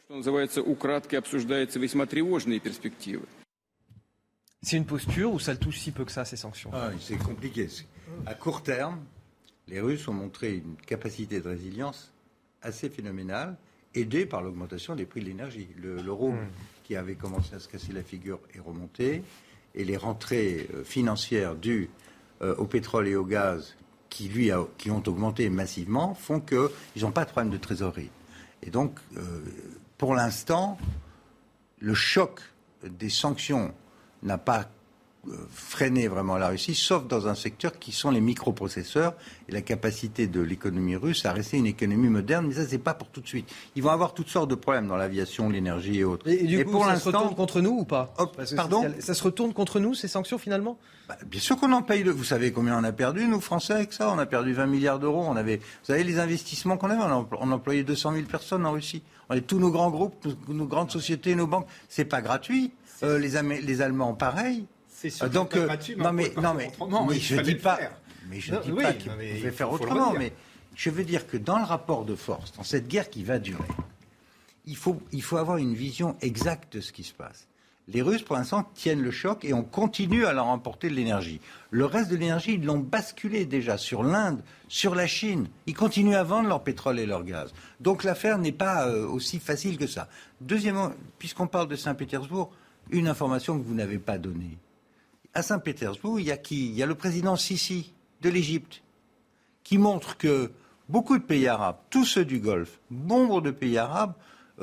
C'est une posture ou ça le touche si peu que ça, ces sanctions? C'est compliqué. À court terme, les Russes ont montré une capacité de résilience assez phénoménale, aidée par l'augmentation des prix de l'énergie. L'euro, qui avait commencé à se casser la figure, est remonté, et les rentrées financières dues au pétrole et au gaz, qui ont augmenté massivement, font qu'ils n'ont pas de problème de trésorerie. Et donc, pour l'instant, le choc des sanctions n'a pas freiné vraiment la Russie, sauf dans un secteur qui sont les microprocesseurs et la capacité de l'économie russe à rester une économie moderne. Mais ça, c'est pas pour tout de suite. Ils vont avoir toutes sortes de problèmes dans l'aviation, l'énergie et autres. Et du coup, pour ça se retourne contre nous ou pas? Pardon? Ça se retourne contre nous, ces sanctions, finalement? Bien sûr qu'on en paye. Vous savez combien on a perdu, nous, Français, avec ça? On a perdu 20 milliards d'euros. Vous savez, les investissements qu'on avait, on employait 200 000 personnes en Russie. Tous nos grands groupes, nos grandes sociétés, nos banques, c'est pas gratuit. Les Allemands, pareil. Donc, mais je dis pas qu'il pouvait faire autrement, mais je veux dire que dans le rapport de force, dans cette guerre qui va durer, il faut avoir une vision exacte de ce qui se passe. Les Russes, pour l'instant, tiennent le choc et on continue à leur emporter de l'énergie. Le reste de l'énergie, ils l'ont basculé déjà sur l'Inde, sur la Chine. Ils continuent à vendre leur pétrole et leur gaz. Donc l'affaire n'est pas aussi facile que ça. Deuxièmement, puisqu'on parle de Saint-Pétersbourg, une information que vous n'avez pas donnée. À Saint-Pétersbourg, il y a qui? Il y a le président Sisi de l'Égypte, qui montre que beaucoup de pays arabes, tous ceux du Golfe, nombre de pays arabes,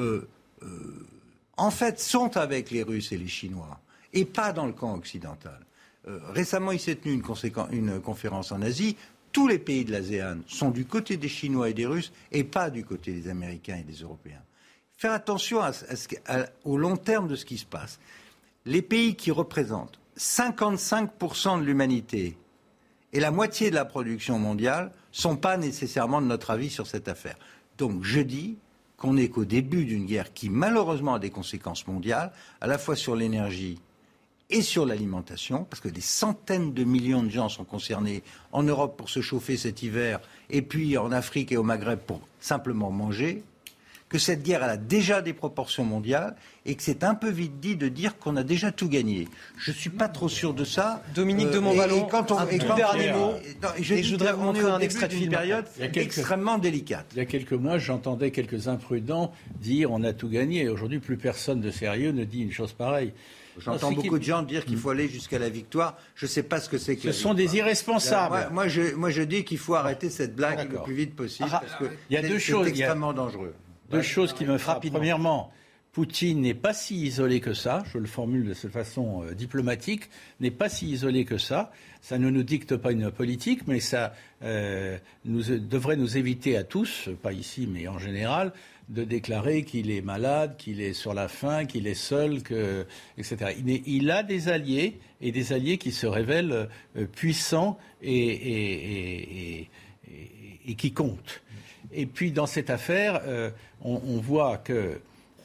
en fait, sont avec les Russes et les Chinois, et pas dans le camp occidental. Récemment, il s'est tenu une conférence en Asie. Tous les pays de l'ASEAN sont du côté des Chinois et des Russes, et pas du côté des Américains et des Européens. Faire attention au long terme de ce qui se passe. Les pays qui représentent 55% de l'humanité et la moitié de la production mondiale ne sont pas nécessairement de notre avis sur cette affaire. Donc je dis qu'on n'est qu'au début d'une guerre qui malheureusement a des conséquences mondiales, à la fois sur l'énergie et sur l'alimentation, parce que des centaines de millions de gens sont concernés en Europe pour se chauffer cet hiver, et puis en Afrique et au Maghreb pour simplement manger, que cette guerre elle a déjà des proportions mondiales et que c'est un peu vite dit de dire qu'on a déjà tout gagné. Je ne suis pas trop sûr de ça. Dominique de Montvalon, un dernier mot. Je voudrais vous montrer un extrait de film. Période extrêmement délicate. Il y a quelques mois, j'entendais quelques imprudents dire on a tout gagné. Aujourd'hui, plus personne de sérieux ne dit une chose pareille. J'entends beaucoup de gens dire qu'il faut aller jusqu'à la victoire. Je ne sais pas ce que c'est que ce sont des irresponsables. Moi, je dis qu'il faut arrêter cette blague le plus vite possible parce que c'est extrêmement dangereux. Deux choses qui me frappent. Premièrement, Poutine n'est pas si isolé que ça, je le formule de cette façon diplomatique, n'est pas si isolé que ça. Ça ne nous dicte pas une politique, mais ça devrait nous éviter à tous, pas ici mais en général, de déclarer qu'il est malade, qu'il est sur la faim, qu'il est seul, etc. Il a des alliés, et des alliés qui se révèlent puissants et qui comptent. Et puis dans cette affaire, on voit que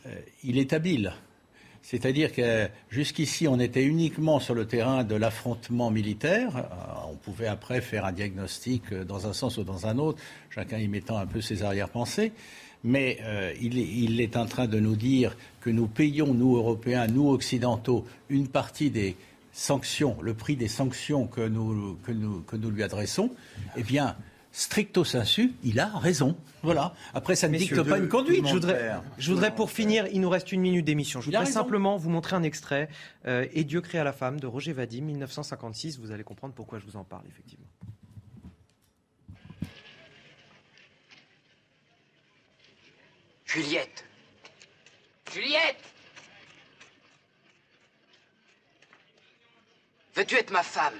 il est habile. C'est-à-dire que jusqu'ici, on était uniquement sur le terrain de l'affrontement militaire. On pouvait après faire un diagnostic dans un sens ou dans un autre, chacun y mettant un peu ses arrière-pensées. Mais il est en train de nous dire que nous payons, nous Européens, nous Occidentaux, une partie des sanctions, le prix des sanctions que nous lui adressons. Eh bien, stricto sensu, il a raison. Voilà. Après, ça ne dicte pas une conduite. Je voudrais, pour finir, il nous reste 1 minute d'émission. Je voudrais simplement vous montrer un extrait. Et Dieu créa la femme de Roger Vadim, 1956. Vous allez comprendre pourquoi je vous en parle, effectivement. Juliette. Juliette! Veux-tu être ma femme?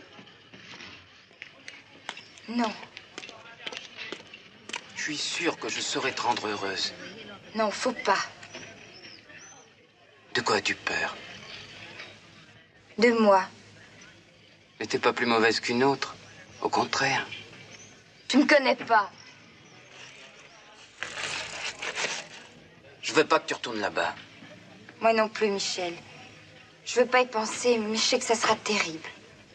Non. Je suis sûr que je saurais te rendre heureuse. Non, faut pas. De quoi as-tu peur? De moi. Mais t'es pas plus mauvaise qu'une autre. Au contraire. Tu me connais pas. Je veux pas que tu retournes là-bas. Moi non plus, Michel. Je veux pas y penser, mais je sais que ça sera terrible.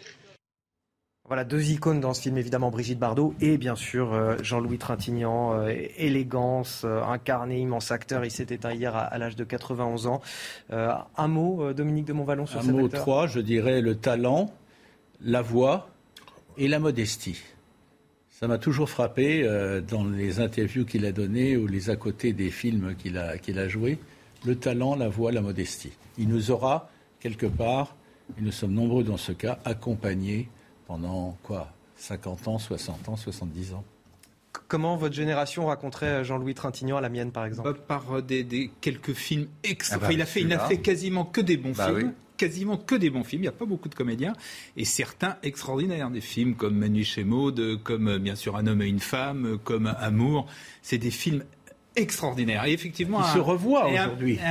Voilà, 2 icônes dans ce film, évidemment, Brigitte Bardot et bien sûr Jean-Louis Trintignant, élégance, incarné, immense acteur. Il s'est éteint hier à l'âge de 91 ans. Un mot, Dominique de Montvalon, sur cet acteur? Un mot, 3, je dirais le talent, la voix et la modestie. Ça m'a toujours frappé dans les interviews qu'il a données ou les à côté des films qu'il a joués. Le talent, la voix, la modestie. Il nous aura, quelque part, et nous sommes nombreux dans ce cas, accompagnés pendant, 50 ans, 60 ans, 70 ans. Comment votre génération raconterait Jean-Louis Trintignant à la mienne, par exemple? Par des quelques films il n'a fait quasiment que des bons films. Oui. Quasiment que des bons films, il n'y a pas beaucoup de comédiens, et certains extraordinaires, des films comme Manu chez Maud, comme bien sûr Un homme et une femme, comme Amour, c'est des films extraordinaires. Et effectivement, il se revoit aujourd'hui.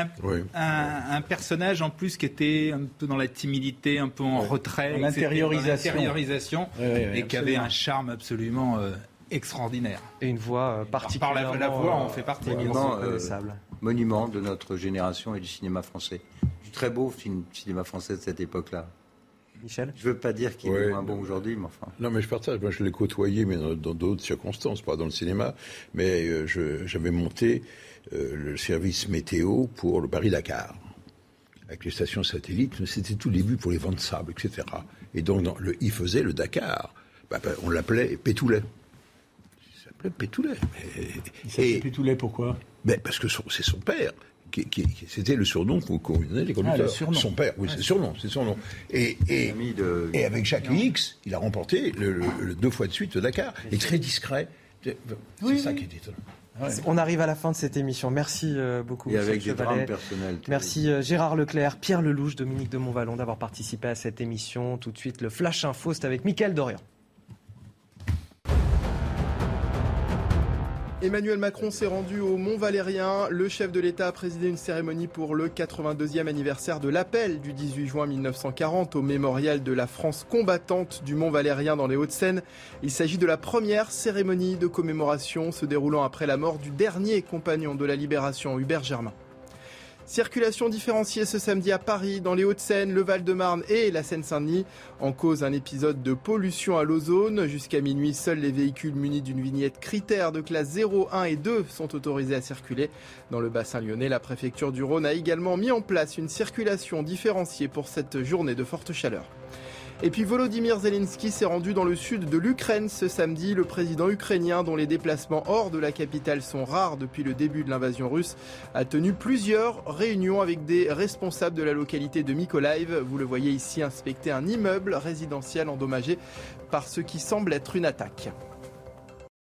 Un personnage en plus qui était un peu dans la timidité, un peu en retrait, l'intériorisation, et qui avait un charme absolument extraordinaire. Et une voix particulièrement... Par la voix, on fait partie. Monument de notre génération et du cinéma français. Du très beau cinéma français de cette époque-là. Michel? Je ne veux pas dire qu'il est moins bon aujourd'hui, mais enfin... Non, mais je partage. Moi, je l'ai côtoyé, mais dans d'autres circonstances, pas dans le cinéma. Mais j'avais monté le service météo pour le Paris-Dakar, avec les stations satellites. C'était tout début pour les vents de sable, etc. Et donc, il faisait le Dakar. On l'appelait Pétoulet. Il s'appelait Pétoulet. Il s'appelait Pétoulet, pourquoi? Parce que c'est son père. C'était le surnom qu'on donnait les conducteurs. Son père, oui, c'est son nom. Et avec Jacques X, il a remporté le 2 fois de suite le Dakar. Et très discret. C'est ça qui est étonnant. On arrive à la fin de cette émission. Merci beaucoup. Et avec des drames personnels. Merci Gérard Leclerc, Pierre Lelouch, Dominique de Montvalon d'avoir participé à cette émission. Tout de suite, le Flash Info, c'est avec Mickaël Dorian. Emmanuel Macron s'est rendu au Mont-Valérien. Le chef de l'État a présidé une cérémonie pour le 82e anniversaire de l'appel du 18 juin 1940 au mémorial de la France combattante du Mont-Valérien dans les Hauts-de-Seine. Il s'agit de la première cérémonie de commémoration se déroulant après la mort du dernier compagnon de la Libération, Hubert Germain. Circulation différenciée ce samedi à Paris, dans les Hauts-de-Seine, le Val-de-Marne et la Seine-Saint-Denis. En cause, un épisode de pollution à l'ozone. Jusqu'à minuit, seuls les véhicules munis d'une vignette critère de classe 0, 1 et 2 sont autorisés à circuler. Dans le bassin lyonnais, la préfecture du Rhône a également mis en place une circulation différenciée pour cette journée de forte chaleur. Et puis Volodymyr Zelensky s'est rendu dans le sud de l'Ukraine ce samedi. Le président ukrainien, dont les déplacements hors de la capitale sont rares depuis le début de l'invasion russe, a tenu plusieurs réunions avec des responsables de la localité de Mykolaiv. Vous le voyez ici inspecter un immeuble résidentiel endommagé par ce qui semble être une attaque.